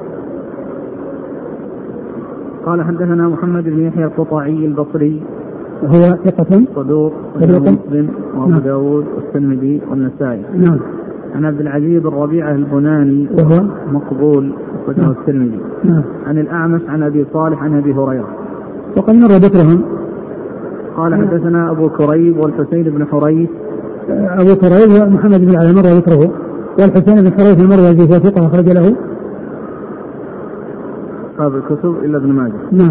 قال: حدثنا محمد بن يحيى القطعي البصري هو ثقة صدوق مسلم وأبو نعم. داود والترمذي والنسائي. نعم. عن عبد العزيز بن ربيعة البناني وهو مقبول وصدوق الترمذي. نعم. عن الأعمش عن أبي صالح عن أبي هريرة. وقد مر ذكرهم. قال حدثنا أبو كريب والحسين بن حريث. أبو كريب محمد بن علي مر ذكره، والحسين بن حريث المروزي في ثقة أخرج له أصحاب الكتب إلا ابن ماجه. نعم.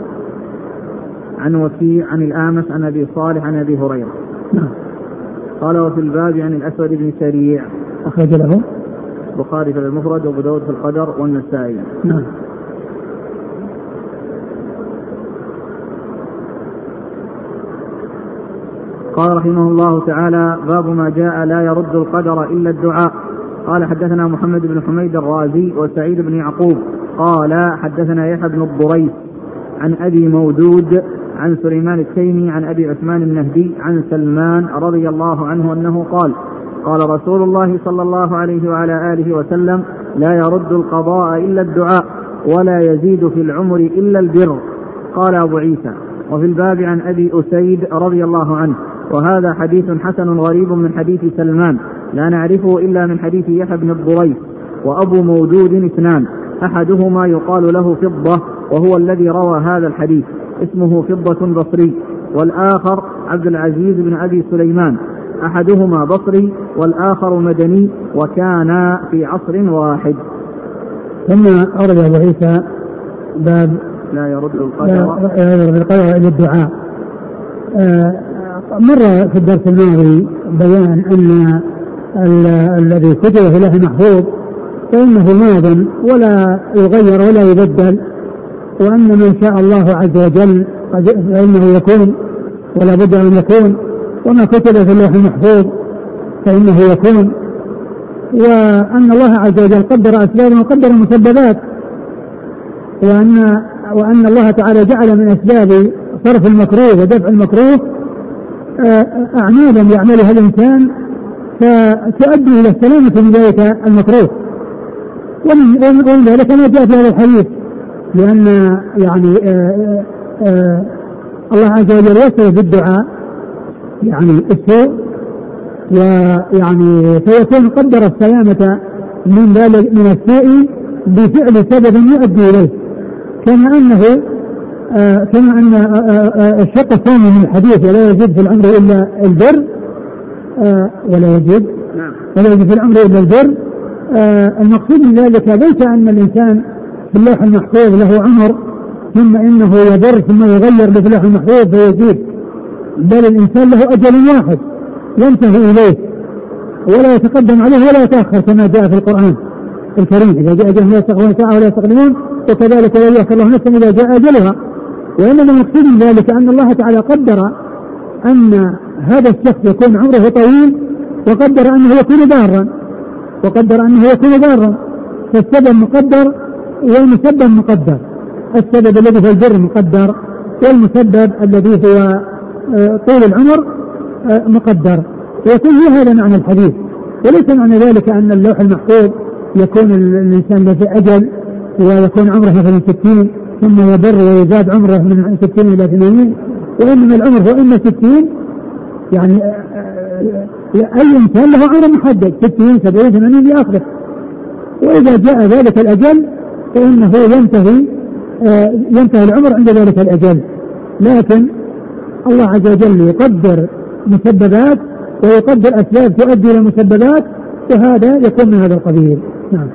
عن وكيع عن الأعمش عن أبي صالح عن أبي هريرة. نعم. قال وفي الباب عن الأسود بن سريع أخرج له البخاري في المفرد وأبو داود في القدر والنسائي. نعم. قال رحمه الله تعالى: باب ما جاء لا يرد القدر إلا الدعاء. قال حدثنا محمد بن حميد الرازي وسعيد بن يعقوب قال حدثنا يحيى بن الضريس عن أبي مودود عن سليمان التيمي عن أبي عثمان النهدي عن سلمان رضي الله عنه أنه قال: قال رسول الله صلى الله عليه وعلى آله وسلم: لا يرد القضاء إلا الدعاء ولا يزيد في العمر إلا البر. قال أبو عيسى: وفي الباب عن أبي أسيد رضي الله عنه. وهذا حديث حسن غريب من حديث سلمان لا نعرفه إلا من حديث يحيى بن الضريس. وأبو مودود اثنان، أحدهما يقال له فضة وهو الذي روى هذا الحديث اسمه فضة بصري، والآخر عبد العزيز بن أبي سليمان، أحدهما بصري والآخر مدني، وكان في عصر واحد. ثم أورد أبو عيسى باب لا يرد القدر إلى الدعاء. آه مر في الدرس الماضي بيان أن الذي كتب في اللوح المحفوظ فإنه ماض ولا يغير ولا يبدل، وأن من شاء الله عز وجل فإنه يكون ولا بد أن يكون، وما كتب في اللوح المحفوظ فإنه يكون، وأن الله عز وجل قدر أسبابا وقدر مسببات، وأن وأن الله تعالى جعل من أسباب صرف المكروه ودفع المكروه أعمالا يعملها الإنسان فتؤدي إلى السلامة من ذلك المكروه. ومن ذلك ما جاء في هذا الحديث، لأن يعني آآ آآ الله عز وجل يسر بالدعاء يعني السوء، ويعني فيكون قدر السلامة من ذلك من السوء بفعل سبب يؤدي إليه، كما أنه آه كما أن آه آه الشق الثاني من الحديث: ولا يزيد في العمر إلا البر، آه ولا يزيد ولا يزيد في العمر إلا البر. آه المقصود من ذلك ليس أن الإنسان في اللوح المحفوظ له عمر ثم إنه يبر ثم يغير في اللوح المحفوظ فيزيد، بل الإنسان له أجل واحد ينتهي إليه ولا يتقدم عليه ولا يتأخر، كما جاء في القرآن الكريم: إذا جاء أجلهم لا يستغفرون ساعة ولا يستقدمون، وكذلك لا يؤخر الله نفسا إذا جاء أجلها. وإنما المقصود من ذلك أن الله تعالى قدر أن هذا الشخص يكون عمره طويل، وقدر أنه يكون ضارا وقدر أنه يكون ضارا فالسبب مقدر والمسبب مقدر. السبب الذي في البر مقدر، والمسبب الذي هو طول العمر مقدر. ويكون هذا معنى الحديث، وليس معنى ذلك أن اللوح المحفوظ يكون الإنسان له أجل ويكون عمره مثلا ستين ثم يبر ويزاد عمره من ستين إلى ثمانين، وإنما العمر هو إما ستين، يعني أي إنسان له عمر محدد ستين سبعين ثمانين إلى آخره، وإذا جاء ذلك الأجل فإنه ينتهي ينتهي العمر عند ذلك الأجل. لكن الله عز وجل يقدر مسببات ويقدر أسباب تؤدي إلى مسببات، وهذا يكون من هذا القبيل. نعم.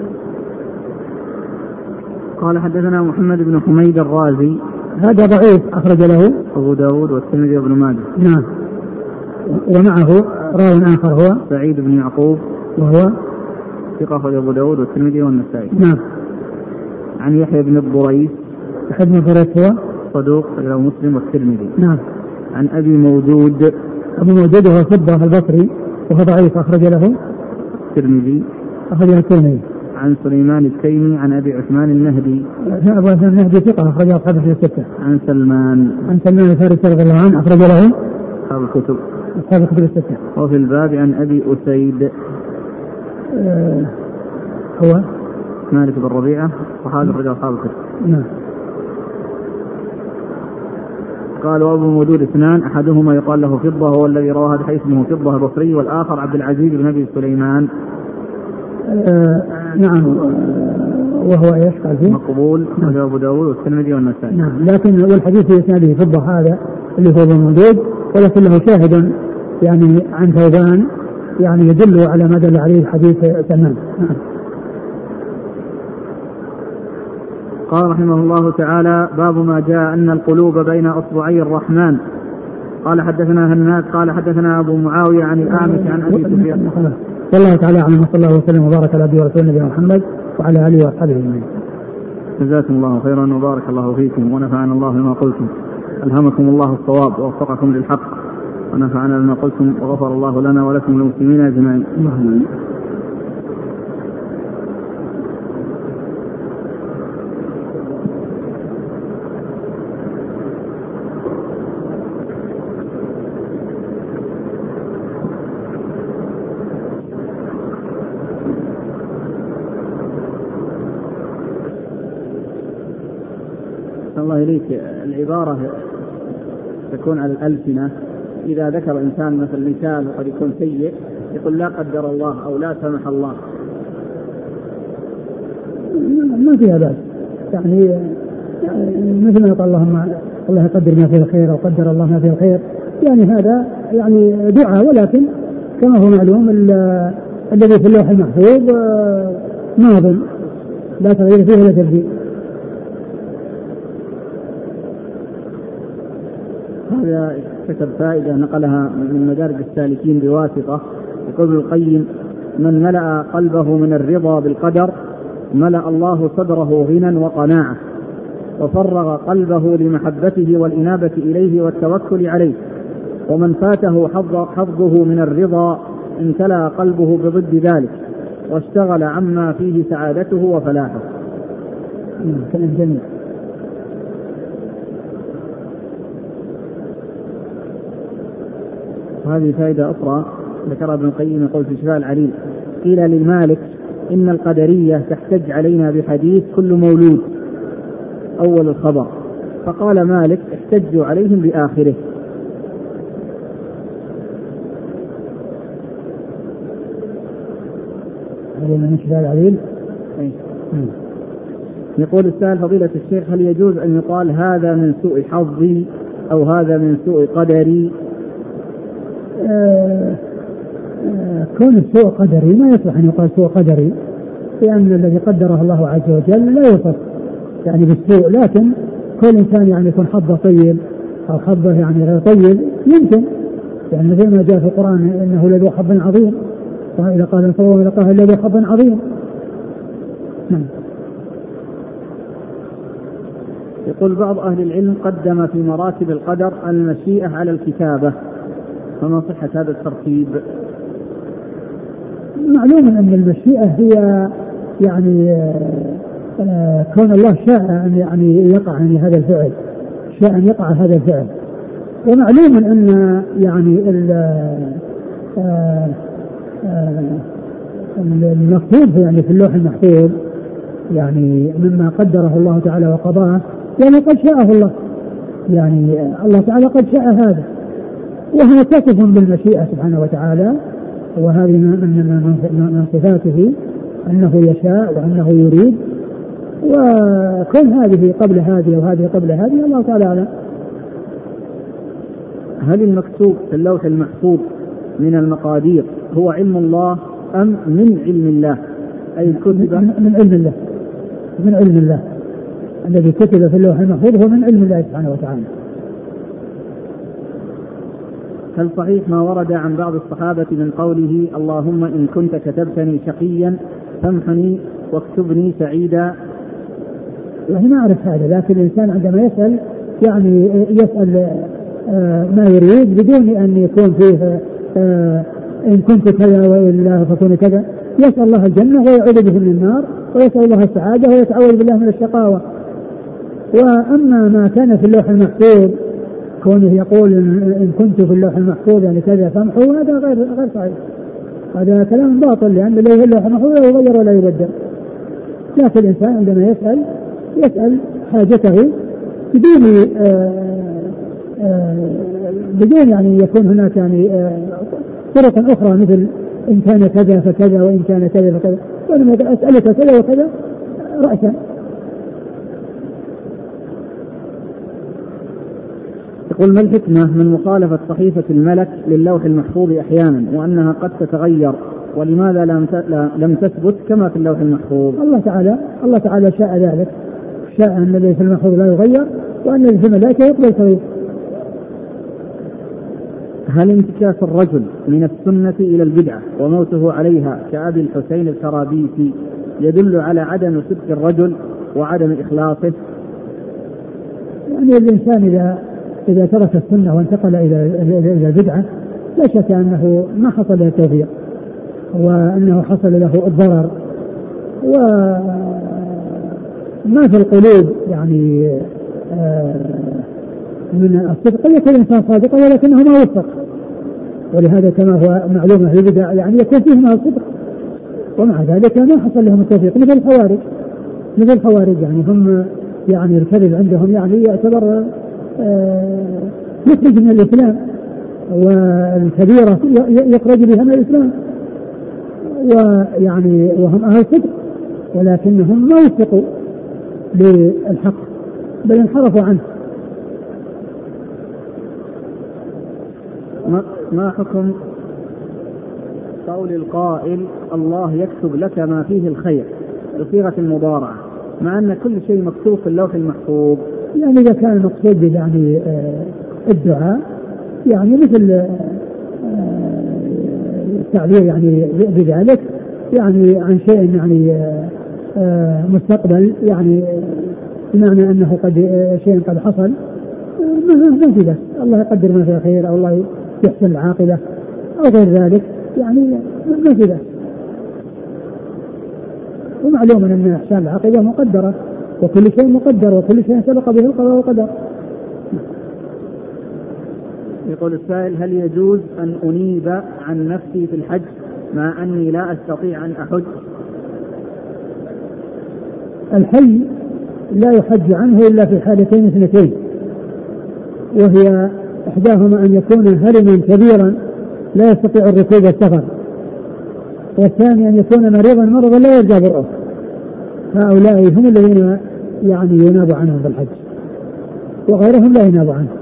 قال حدثنا محمد بن حميد الرازي، هذا ضعيف أخرج له أبو داود والترمذي وابن ماجه. نعم. ومعه راو آخر هو سعيد بن يعقوب وهو ثقة أخرج أبو داود والترمذي والنسائي. نعم. عن يحيى بن الضريس يحيى بن الضريس هو صدوق أخرجه مسلم والترمذي. نعم. عن أبي مودود أبو مودود هو فضة البصري وهو ضعيف أخرج له الترمذي أخرج له الترمذي. عن سليمان التيمي عن أبي عثمان النهدي أبو عثمان النهدي ثقة أخرج له أصحاب الستة. عن سلمان عن سلمان الفارسي رضي الله عنه أخرج له أصحاب الكتب أصحاب الكتب الستة. وفي الباب عن أبي أسيد آه هو مالك بن ربيعة وهذا الرجال أصحاب الكتب. نعم. قال وأبو المودود اثنان أحدهما يقال له فضة وهو الذي رواه بحيث اسمه فضة البصري، والآخر عبد العزيز بن أبي سليمان. آه نعم. وهو ايش قال فيه؟ مقبول نعم. أبو داود والترمذي والنسائي. نعم. لكن والحديث في إسناده فضة هذا اللي هو أبو المودود، ولكن له شاهد يعني عن ثوبان يعني يدل على ما دل عليه حديث سلمان. نعم. قال رحمه الله تعالى باب ما جاء أن القلوب بين أصبعي الرحمن. قال حدثنا هناد قال حدثنا أبو معاوية عن الأعمش عن أبي سفيان. والله تعالى أعلم، وصلى الله وسلم وبارك على عبده ورسوله نبينا محمد وعلى آله وأصحابه أجمعين. جزاكم الله خيرا وبارك الله فيكم ونفعنا الله بما قلتم، ألهمكم الله الصواب ووفقكم للحق ونفعنا بما قلتم وغفر الله لنا ولكم المسلمين أجمعين. الله إليك العبارة تكون على الألسنة، إذا ذكر إنسان مثل مثال قد يكون سيء يقول لا قدر الله أو لا سمح الله، ما فيها بأس يعني, يعني مثل ما يقول اللهم الله يقدر ما فيه الخير أو قدر الله ما فيه الخير، يعني هذا يعني دعاء، ولكن كما هو معلوم الذي في اللوح المحفوظ ماضٍ لا تغيير فيه ولا تبديل. هذا كتب فائدة نقلها من مدارج السالكين بواسطة، يقول ابن القيم من ملأ قلبه من الرضا بالقدر ملأ الله صدره غنى وقناعة، وفرغ قلبه لمحبته والإنابة إليه والتوكل عليه، ومن فاته حظه من الرضا امتلأ قلبه بضد ذلك واشتغل عما فيه سعادته وفلاحه. كلام جميل. وهذه فائدة أخرى ذكرها ابن القيم يقول في شفاء العليل قيل للمالك إن القدرية تحتج علينا بحديث كل مولود أول الخبر، فقال مالك احتجوا عليهم بآخره. هذا من شفاء العليل. يقول السائل فضيلة الشيخ هل يجوز أن يقال هذا من سوء حظي أو هذا من سوء قدري؟ آه آه كون سوء قدري ما يصلح أن يقال سوء قدري، لأن الذي قدره الله عز وجل لا يصف يعني بالسوء، لكن كل إنسان يعني يكون حظه طيب أو حظه يعني غير طيب يمكن، يعني زي ما جاء في القرآن إنه لذو حظ عظيم، وإذا قال انصروا إلى قال لذو حظ عظيم. نعم. يقول بعض أهل العلم قدم في مراتب القدر المشيئة على الكتابة، فما صحة هذا الترتيب؟ معلوم أن المشيئة هي يعني آه كون الله شاء أن يعني يقع يعني هذا الفعل، شاء أن يقع هذا الفعل، ومعلوم أن يعني آه آه المكتوب يعني في اللوح المحفوظ يعني مما قدره الله تعالى وقضاه يعني قد شاءه الله، يعني الله تعالى قد شاء هذا، وهو تصف بالمشيئة سبحانه وتعالى، وهذه من صفاته أنه يشاء وأنه يريد، وكل هذه قبل هذه وهذه قبل هذه الله تعالى أعلم. هل المكتوب في اللوح المحفوظ من المقادير هو علم الله أم من علم الله؟ أي الكتب من علم الله، من علم الله الذي كتب في اللوح المحفوظ هو من علم الله سبحانه وتعالى. هل صحيح ما ورد عن بعض الصحابة من قوله اللهم إن كنت كتبتني شقيا فامحني واكتبني سعيدا؟ يعني ما أعرف هذا، لكن الإنسان عندما يسأل يعني يسأل آه ما يريد بدون أن يكون فيه آه إن كنت كذا وإلا فكون كذا، يسأل الله الجنة ويعوذ به من النار، ويسأل الله السعادة ويتعوذ بالله من الشقاوة. وأما ما كان في اللوح المحفوظ كونه يقول إن كنت في اللوح المحفوظ يعني كذا فامحوا، هذا غير غير صحيح، هذا كلام باطل، لأن الذي في اللوح المحفوظ لا يغير ولا يبدل. لكن الإنسان عندما يسأل يسأل حاجته بدون آآ بدون يعني يكون هناك يعني طرق أخرى مثل إن كان كذا فكذا وإن كان كذا فكذا، وأنا أسألك كذا وكذا رأسا. يقول: ما الحكمة من مخالفة صحيفة الملك للوح المحفوظ أحيانا وأنها قد تتغير، ولماذا لم تثبت كما في اللوح المحفوظ؟ الله تعالى الله تعالى شاء ذلك، شاء أن الذي في المحفوظ لا يغير وأن الذي في الملائكة يقبل تغيير. هل انتكاس الرجل من السنة إلى البدعة وموته عليها كأبي الحسين الكرابيسي يدل على عدم صدق الرجل وعدم إخلاصه؟ يعني الإنسان إذا إذا ترك السنة وانتقل إلى إلى البدعة لا شك أنه ما حصل له التوفيق وأنه حصل له الضرر، وما في القلوب يعني من الصدق. يكون الإنسان صادقا ولكنه ما وفق، ولهذا كما هو معلوم في البدع يعني يكون فيه من الصدق ومع ذلك ما حصل لهم التوفيق، مثل الخوارج مثل الخوارج يعني هم يعني الكذب عندهم يعني يعتبر يخرج من الإسلام، والكبيرة يخرج بها من الإسلام، ويعني وهم أهل صدق ولكنهم ما وفقوا للحق بل انحرفوا عنه. ما حكم قول القائل الله يكتب لك ما فيه الخير بصيغة المضارعة مع أن كل شيء مكتوب في اللوح المحفوظ؟ يعني إذا كان المقصود يعني الدعاء يعني مثل التعبير يعني بذلك يعني عن شيء يعني مستقبل يعني بمعنى أنه قد شيء قد حصل ما في ذلك، الله يقدر ما فيه خير أو الله يحسن العاقبة أو غير ذلك يعني ما في ذلك. ومعلوم أن إحسان العاقبة مقدرة وكل شيء مقدر وكل شيء سبق به القضاء والقدر. يقول السائل: هل يجوز أن أنيب عن نفسي في الحج مع أني لا أستطيع أن أحج؟ الحي لا يحج عنه إلا في حالتين اثنتين، وهي إحداهما أن يكون هرما كبيرا لا يستطيع الركوب والسفر، والثاني أن يكون مريضا مرضا لا يرجع برؤه، هؤلاء هم الذين يعني يناب عنهم بالحج وغيرهم لا يناب عنه.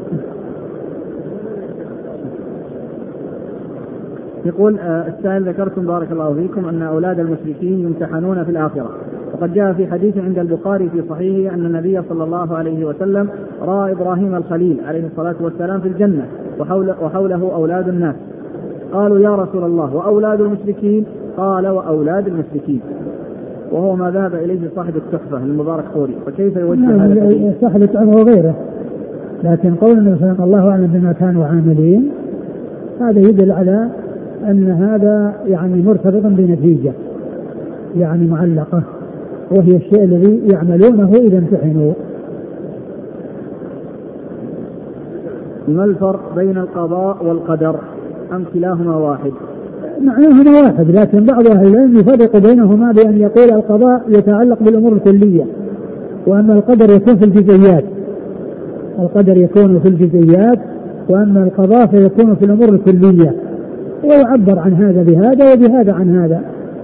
يقول السائل: ذكرتم بارك الله فيكم أن أولاد المشركين يمتحنون في الآخرة، وقد جاء في حديث عند البخاري في صحيحه أن النبي صلى الله عليه وسلم رأى إبراهيم الخليل عليه الصلاة والسلام في الجنة وحول وحوله أولاد الناس، قالوا: يا رسول الله وأولاد المشركين؟ قال: وأولاد المشركين، وهو ما ذهب إليه صاحب التحفة المبارك فوري، فكيف يوجه هذا؟ صاحب التحفة وغيره، لكن قول النبي صلى الله عليه وسلم بما كانوا عاملين هذا يدل على أن هذا يعني مرتبط بنتيجة يعني معلقة، وهي الشيء الذي يعملونه إذا امتحنوا. ما الفرق بين القضاء والقدر أم كلاهما واحد؟ معناهما واحد، لكن بعض أهل العلم يفرق بينهما بأن يقول القضاء يتعلق بالأمور الكلية، وأما القدر يكون في الجزئيات. القدر يكون في الجزئيات وأما القضاء فيكون في الأمور الكلية، ويعبر عن هذا بهذا وبهذا عن هذا.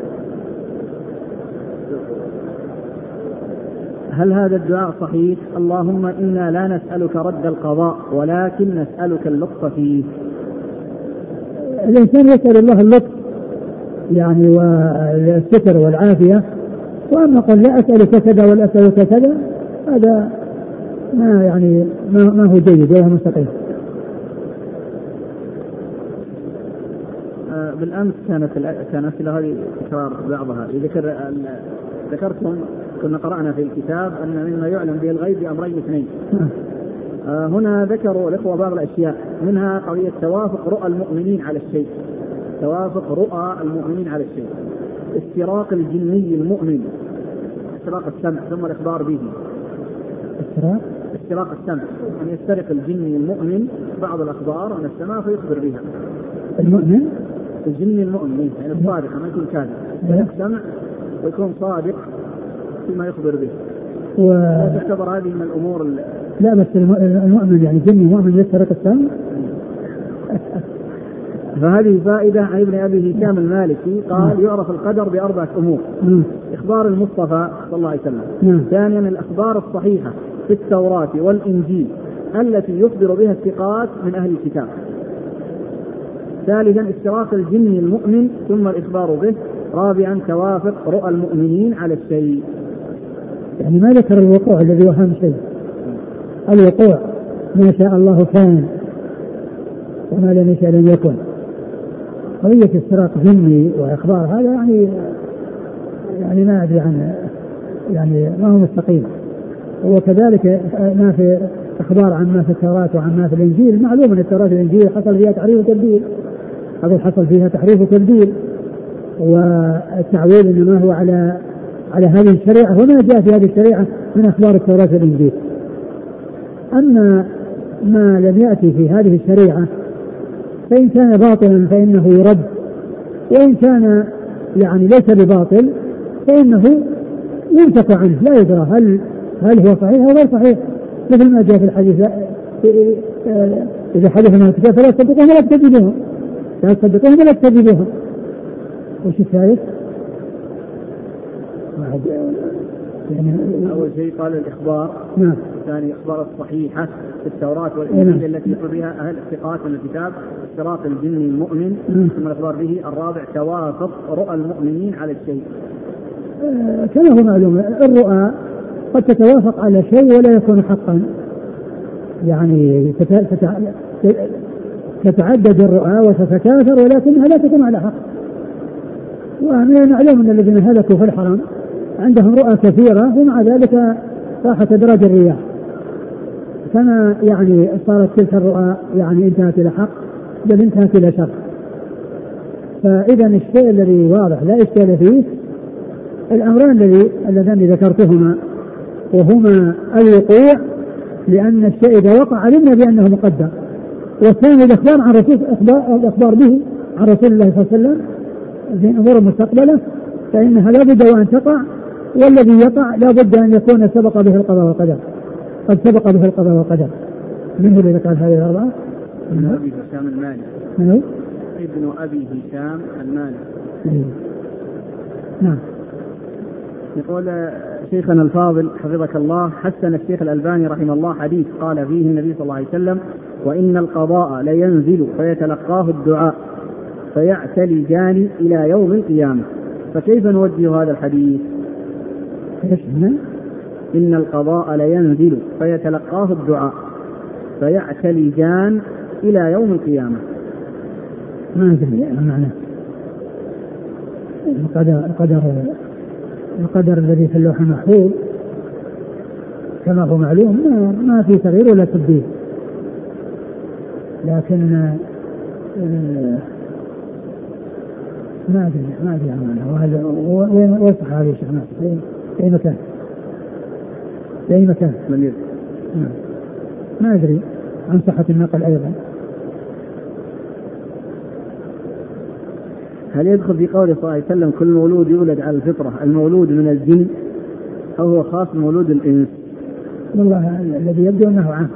هل هذا الدعاء صحيح؟ اللهم إنا لا نسألك رد القضاء ولكن نسألك اللطف فيه. الإنسان يسأل الله اللطف يعني والستر والعافية، وأما قال لا أسألك كذا ولا أسألك كذا هذا ما يعني ما, ما هو جيد ولا مستقيم. بالأمس كانت كانت هذه تكرار بعضها. ذكر ذكرتم كنا قرأنا في الكتاب أن مما يعلم به الغيب بأمرين اثنين. آه هنا ذكروا الإخوة بعض الأشياء، منها قضية توافق رؤى المؤمنين على الشيء، توافق رؤى المؤمنين على الشيء، استراق الجني المؤمن، استراق السمع ثم الإخبار به. استراق استراق السمع أن يسترق الجني المؤمن بعض الأخبار عن السماء فيخبر بها. المؤمن الجني المؤمن يعني الصادق ما يكون كاذب، السمع ويكون صادق فيما يخبر به. وتعتبر هذه من الأمور لا بس المؤمن يعني جني مؤمن يسترق السم. فهذه فائدة عن ابن أبي هشام المالكي قال يعرف القدر بأربعة أمور: إخبار المصطفى صلى الله عليه وسلم، ثانيا الأخبار الصحيحة في التوراة والإنجيل التي يخبر بها الثقات من أهل الكتاب، ثالثا اشتراك الجن المؤمن ثم الإخبار به، رابعا توافق رؤى المؤمنين على الشيء. يعني ما ذكر الوقوع الذي هو أهم شيء، الوقوع ما شاء الله كان وما لم يشاء لم يكن. قضية اشتراك جني وإخبار هذا يعني يعني ما أدري عنه، يعني ما هو مستقيم. وكذلك ما في إخبار عن ما في التوراة وعن ما في الإنجيل، معلوم أن التوراة والإنجيل حصل فيها تحريف وتبديل، هذا حصل فيها تحريف وتبديل، والتعويل إنما هو على على هذه الشريعة وما جاء في هذه الشريعة من أخبار التوراة والإنجيل. أما ما لم يأتي في هذه الشريعة فإن كان باطلا فإنه يرد، وإن كان يعني ليس بباطل فإنه ينتفع عنه، لا يدرى هل هل هو صحيح أو غير صحيح، مثل ما جاء في الحديث إذا حدثنا الكتاب فلا تصدقوهم ولا تكذبوهم، لا تصدقوهم ولا تكذبوهم. وش الثالث؟ يعني أول شيء قال الإخبار، نعم. الثاني إخبار الصحيحة في التوراة والإنجيل التي يخبر بها أهل الثقات من الكتاب، اشتراك الجن المؤمن ثم الإخبار به، الرابع توافق رؤى المؤمنين على الشيء. آه كما هو معلوم الرؤى قد تتوافق على شيء ولا يكون حقا، يعني تتعدد الرؤى وتتكاثر ولكنها لا تكون على حق. ومن المعلوم أن الذين هلكوا في الحرم عندهم رؤى كثيرة ومع ذلك راحت أدراج الرياح، كما يعني صارت تلك الرؤى يعني انتهت إلى حق بل انتهت إلى شر. فإذا الشيء الذي واضح لا إشكال فيه الأمران الذي اللذان ذكرتهما، وهما الوقوع لأن الشيء إذا وقع علمنا بأنه مقدر، والثاني الإخبار عن رسول الإخبار به عن رسول الله صلى الله عليه وسلم في أمور مستقبلة فإنها لا بد وأن تقع، والذي يقع لا بد أن يكون سبق به القضاء والقدر، قد سبق به القضاء والقدر. من هو الذي قال هذه الأربعة؟ ابن أبي هشام المالكي. من هو؟ ابن أبي هشام المالكي. نعم. يقول شيخنا الفاضل حفظك الله، حسن الشيخ الألباني رحمه الله حديث قال فيه النبي صلى الله عليه وسلم: وإن القضاء لينزل فيتلقاه الدعاء فيعتلجان إلى يوم القيامة. فكيف نوجه هذا الحديث؟ إن القضاء لينزل فيتلقاه الدعاء فيعتلجان إلى يوم القيامة. ما أدري معناه. القدر القدر القدر الذي في اللوح المحفوظ كما هو معلوم ما في تغيير ولا تبديل، لكن آه ما أدري ما أدري عنه. وهذا وين وصح هذه الشيخ في أي مكان في أي مكان من ما أدري عن صحة النقل أيضا. هل يدخل في قوله صلى الله عليه وسلم كل مولود يولد على الفطرة المولود من الجن، أو هو خاص مولود الإنس؟ والله الذي يبدو أنه عام.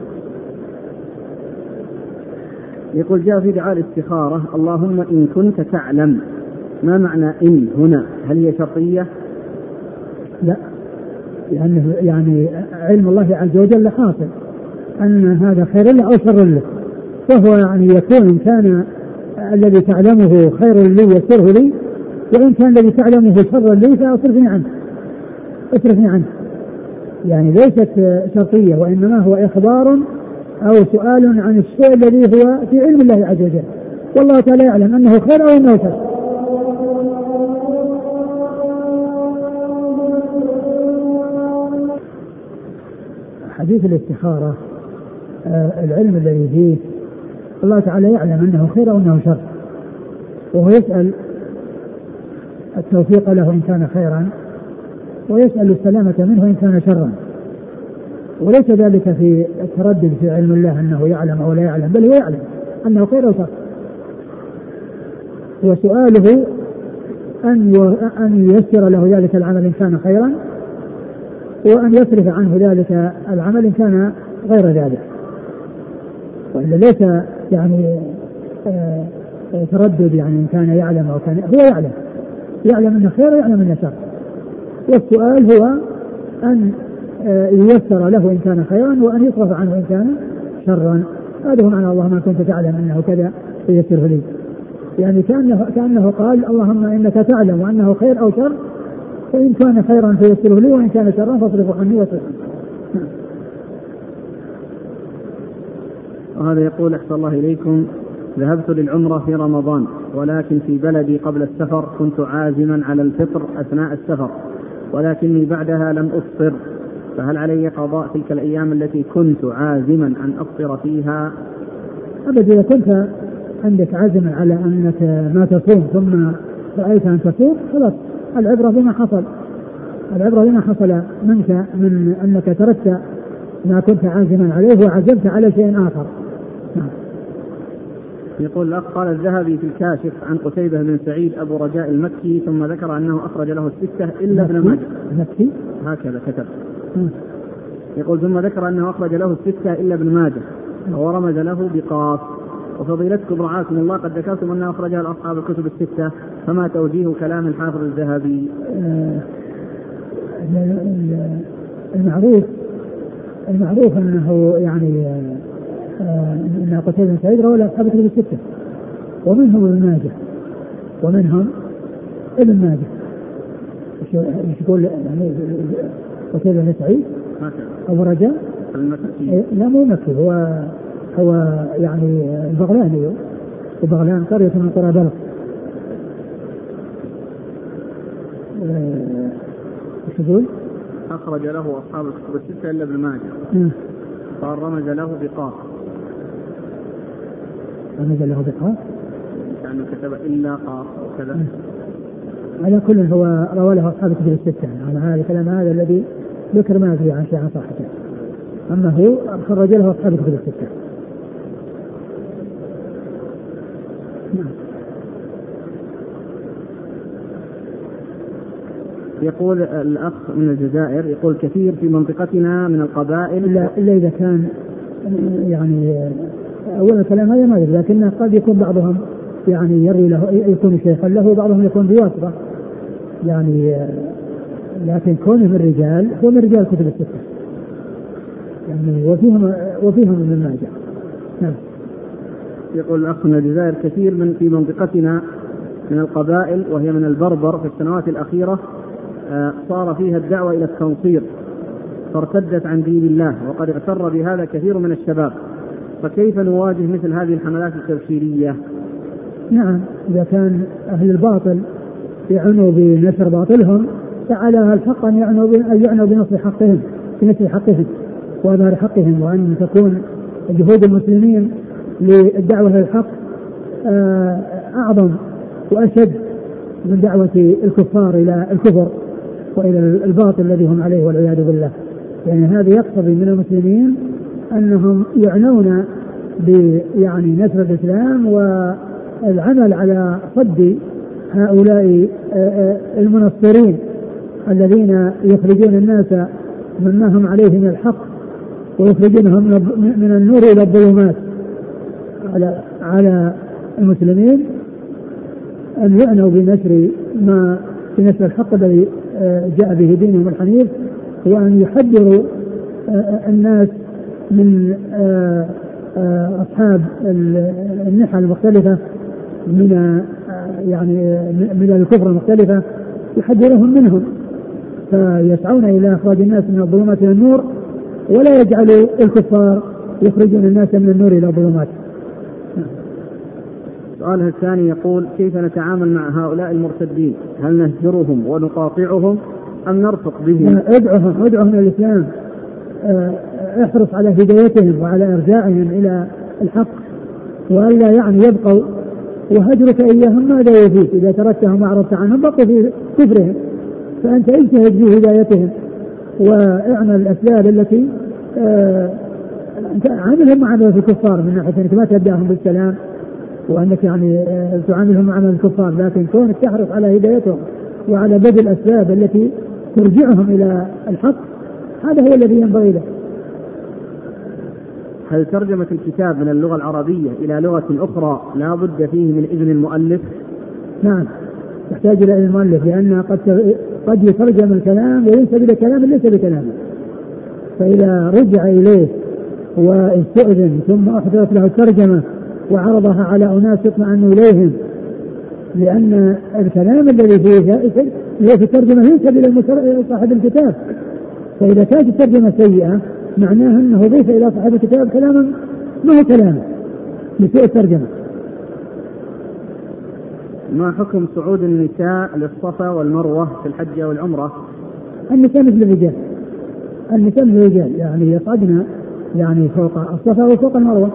يقول جاء في دعاء الاستخارة: اللهم إن كنت تعلم. ما معنى إن هنا؟ هل هي شرطية؟ لا، لأنه يعني علم الله عز وجل حاصل أن هذا خير له أو شر له، فهو يعني يكون إن كان الذي تعلمه خير لي يسره لي، وإن كان الذي تعلمه شر لي فأصرفني عنه اصرفني عنه. يعني ليست شرطية، وإنما هو إخبار أو سؤال عن الشيء الذي هو في علم الله عز وجل، والله تعالى يعلم أنه خير أو أنه شر. حديث الاستخارة آه العلم الذي فيه الله تعالى يعلم أنه خير أو أنه شر، وهو يسأل التوفيق له إن كان خيرا، ويسأل السلامة منه إن كان شرا، وليس ذلك في التردد في علم الله أنه يعلم أو لا يعلم، بل هو يعلم أنه خير أو شر. وسؤاله أن أن ييسر له ذلك العمل إن كان خيرا، وأن يصرف عنه ذلك العمل إن كان غير ذلك، وإلا ليس يعني آه تردد، يعني إن كان يعلم أو كان هو يعلم يعلم أنه خير ويعلم أنه شر، والسؤال هو أن آه ييسر له إن كان خيرا وأن يصرف عنه إن كان شرا. هذا هو معنى اللهم إن كنت تعلم أنه كذا فيسره لي، يعني كأنه, كأنه قال اللهم إنك تعلم أنه خير أو شر، فإن كان خيرا فيسره لي وإن كان شرا فاصرفه عني واصرف عنه. وهذا يقول أحسن الله إليكم: ذهبت للعمرة في رمضان ولكن في بلدي قبل السفر كنت عازما على الفطر أثناء السفر، ولكني بعدها لم أفطر، فهل علي قضاء تلك الأيام التي كنت عازما أن أفطر فيها؟ أبدا، إذا كنت عندك عزم على أنك ما تصوم ثم رأيت أن تصوم خلاص، العبرة بما حصل، العبرة بما حصل منك من أنك تركت ما كنت عازما عليه وعزمت على شيء آخر. يقول الأخ: قال الذهبي في الكاشف عن قتيبة بن سعيد أبو رجاء المكي ثم ذكر أنه أخرج له الستة إلا ابن ماجه. مكي هكذا كتب. يقول: ثم ذكر أنه أخرج له الستة إلا ابن ماجه ورمز له بقاف، وفضيلتكم رعاكم الله قد ذكرتم أنه أخرجها لأصحاب الكتب الستة، فما توجيه كلام الحافظ الذهبي؟ المعروف المعروف أنه يعني أن قتيبة بن سعيد روى لأصحاب الكتب الستة ومنهم ابن ماجه ومنهم ابن ماجه. ايش يقول يعني قتيبة بن سعيد أبو رجاء المكي؟ لا مو مكي، هو هو يعني البغلاني، وبغلان قرية من قرى بلخ. ايش يقول؟ أخرج له أصحاب الكتب الستة إلا ابن ماجه، قال رمز له بقاف. رمز له بقاف يعني كتب إلا قاف وكذا. على كل هو روى له أصحاب الكتب الستة، على هذا الكلام هذا الذي ذكر ما فيه عن شيء عن صحته، أما هو خرج له أصحاب الكتب الستة. يقول الأخ من الجزائر، يقول: كثير في منطقتنا من القبائل إلا, إلا إذا كان يعني أول الكلام هذا ما يدري، لكن قد يكون بعضهم يعني يروي له يكون شيخا له وبعضهم يكون بواسطة يعني، لكن كونه من الرجال هو من رجال كتب الستة يعني، وفيهم وفيهم من ماجه. نعم. يقول الأخ من الجزائر: كثير من في منطقتنا من القبائل وهي من البربر في السنوات الأخيرة صار فيها الدعوة إلى التنصير فارتدت عن دين الله، وقد اغتر بهذا كثير من الشباب، فكيف نواجه مثل هذه الحملات التبشيرية؟ نعم، إذا كان أهل الباطل يعنوا بنشر باطلهم فعلى الحق أن يعنوا بنصر حقهم بنصر حقهم وإظهار حقهم، وأن تكون جهود المسلمين للدعوة للحق أعظم وأشد من دعوة الكفار إلى الكفر وإلى الباطل الذي هم عليه والعياذ بالله. يعني هذا يقتضي من المسلمين أنهم يعنون يعني نشر الإسلام والعمل على صد هؤلاء المنصرين الذين يخرجون الناس مما هم عليه من الحق ويخرجونهم من النور إلى الظلمات. على على المسلمين أن يعنوا بنشر ما في نشر الحق الذي جاء به دينهم الحنيف، وأن يحذروا الناس من أصحاب النحى المختلفة من يعني من الكفر المختلفة، يحذرهم منهم فيسعون إلى إخراج الناس من الظلمات إلى النور، ولا يجعلوا الكفار يخرجون الناس من النور إلى الظلمات. سؤاله الثاني يقول: كيف نتعامل مع هؤلاء المرتدين؟ هل نهجرهم ونقاطعهم أم نرفق بهم؟ ادعوهم ادعوهم إلى الإسلام، احرص على هدايتهم وعلى إرجاعهم إلى الحق، وألا يعني يبقوا، وهجرك إياهم ماذا يفيد؟ إذا تركتهم وأعرضت عنهم بقوا في كفرهم، فأنت اجتهد في هدايتهم واعمل الأسباب التي عاملهم معاملة الكفار، من ناحية أنك ما تبدأهم بالسلام وأنك يعني تعاملهم معاملة الكفار، لكن كونك تحرص على هدايتهم وعلى بذل الأسباب التي ترجعهم إلى الحق، هذا هو الذي ينبغي له. هل ترجمة الكتاب من اللغة العربية إلى لغة أخرى لا بد فيه من إذن المؤلف؟ نعم يحتاج إلى إذن المؤلف، لأن قد قد يترجم الكلام وينسب إلى كلام ليس بكلامه، فإذا رجع إليه واستئذن ثم أحضرت له الترجمة وعرضها على أناس يطمئن إليهم، لأن الكلام الذي فيه في الترجمة ينسب إلى صاحب الكتاب، فإذا كانت الترجمة سيئة معناه أنه ضيف إلى صاحب الكتاب كلاما ما هو كلامه لسوء الترجمة. ما حكم صعود النساء للصفا والمروة في الحج والعمرة؟ النساء مثل الرجال، النساء مثل الرجال يعني يصعدن يعني فوق الصفا وفوق المروة.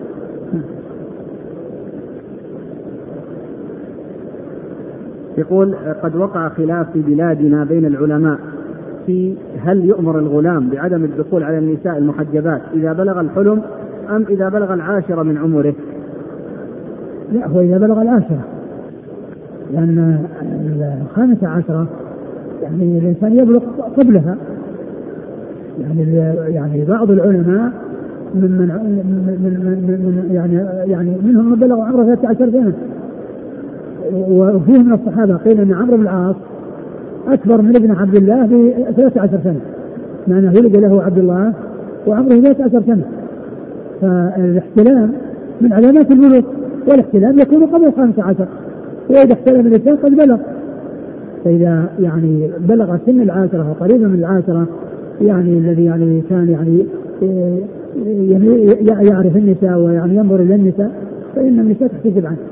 يقول قد وقع خلاف في بلادنا بين العلماء في هل يؤمر الغلام بعدم الدخول على النساء المحجبات إذا بلغ الحلم أم إذا بلغ العاشرة من عمره؟ لا، هو إذا بلغ العاشرة، لأن الخامسة عشرة يعني الإنسان يبلغ قبلها. يعني يعني بعض العلماء من من من من يعني يعني منهم من بلغ عمره ثلاثة عشر سنة، وفيه من الصحابة قيل أن عمرو بن العاص أكبر من ابن عبد الله بثلاثة عشر سنة، معناه ولد له عبد الله وعمره ثلاثة عشر سنة. فالاحتلام من علامات البلوغ، والاحتلام يكون قبل الخامسة عشر، وإذا احتلم الإنسان قد بلغ. فإذا يعني بلغ سن العاشرة وقريبا من العاشرة يعني الذي يعني كان يعني يعرف النساء ويعني ينظر إلى النساء فإن النساء تحتجب عنه.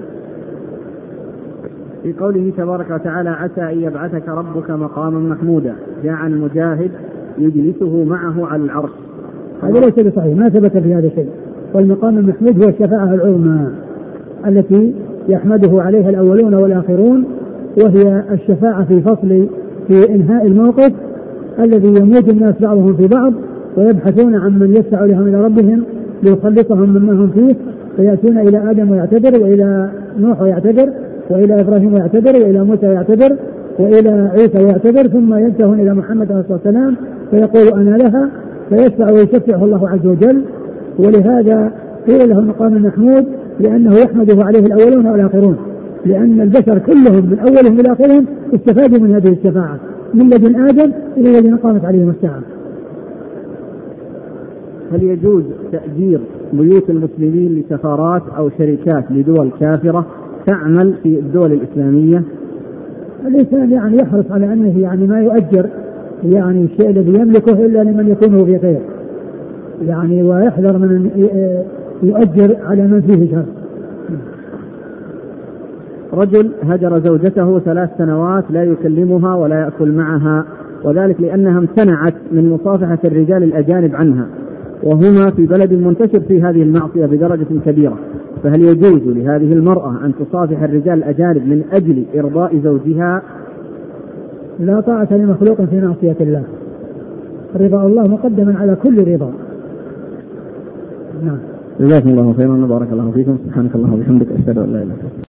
في قوله تبارك وتعالى عسى أن يبعثك ربك مقاما محمودا، جاء عن مجاهد يجلسه معه على العرش. هذا ليس بصحيح، ما ثبت في هذا الشيء. والمقام المحمود هو الشفاعة العظمى التي يحمده عليها الأولون والآخرون، وهي الشفاعة في فصل في إنهاء الموقف الذي يموت الناس بعضهم في بعض ويبحثون عن من يدفع لهم إلى ربهم ليخلصهم مما هم فيه، فيأتون إلى آدم ويعتذر، وإلى نوح ويعتذر، وإلى إبراهيم ويعتذر، وإلى موسى ويعتذر، وإلى عيسى ويعتذر، ثم ينتهون إلى محمد عليه الصلاة والسلام فيقول أنا لها، فيشفع ويشفعه الله عز وجل. ولهذا قيل له المقام المحمود لأنه يحمده عليه الأولون والآخرون، لأن البشر كلهم من أولهم إلى آخرهم استفادوا من هذه الشفاعة من لدن آدم إلى الذين قامت عليهم الساعة. هل يجوز تأجير بيوت المسلمين لسفارات أو شركات لدول كافرة تعمل في الدول الإسلامية؟ الإنسان يعني يحرص على أنه يعني ما يؤجر يعني الشيء الذي يملكه إلا لمن يكونه في خير، يعني ويحذر من يؤجر على من فيه شر. رجل هجر زوجته ثلاث سنوات لا يكلمها ولا يأكل معها، وذلك لأنها امتنعت من مصافحة الرجال الأجانب عنها، وهما في بلد منتشر في هذه المعصية بدرجة كبيرة، فهل يجوز لهذه المرأة أن تصافح الرجال الأجانب من أجل إرضاء زوجها؟ لا طاعة لمخلوق في معصية الله، رضا الله مقدما على كل رضا. نعم. جزاكم الله خيرا وبارك الله فيكم. سبحانك اللهم وبحمدك أشهد أن لا إله إلا أنت.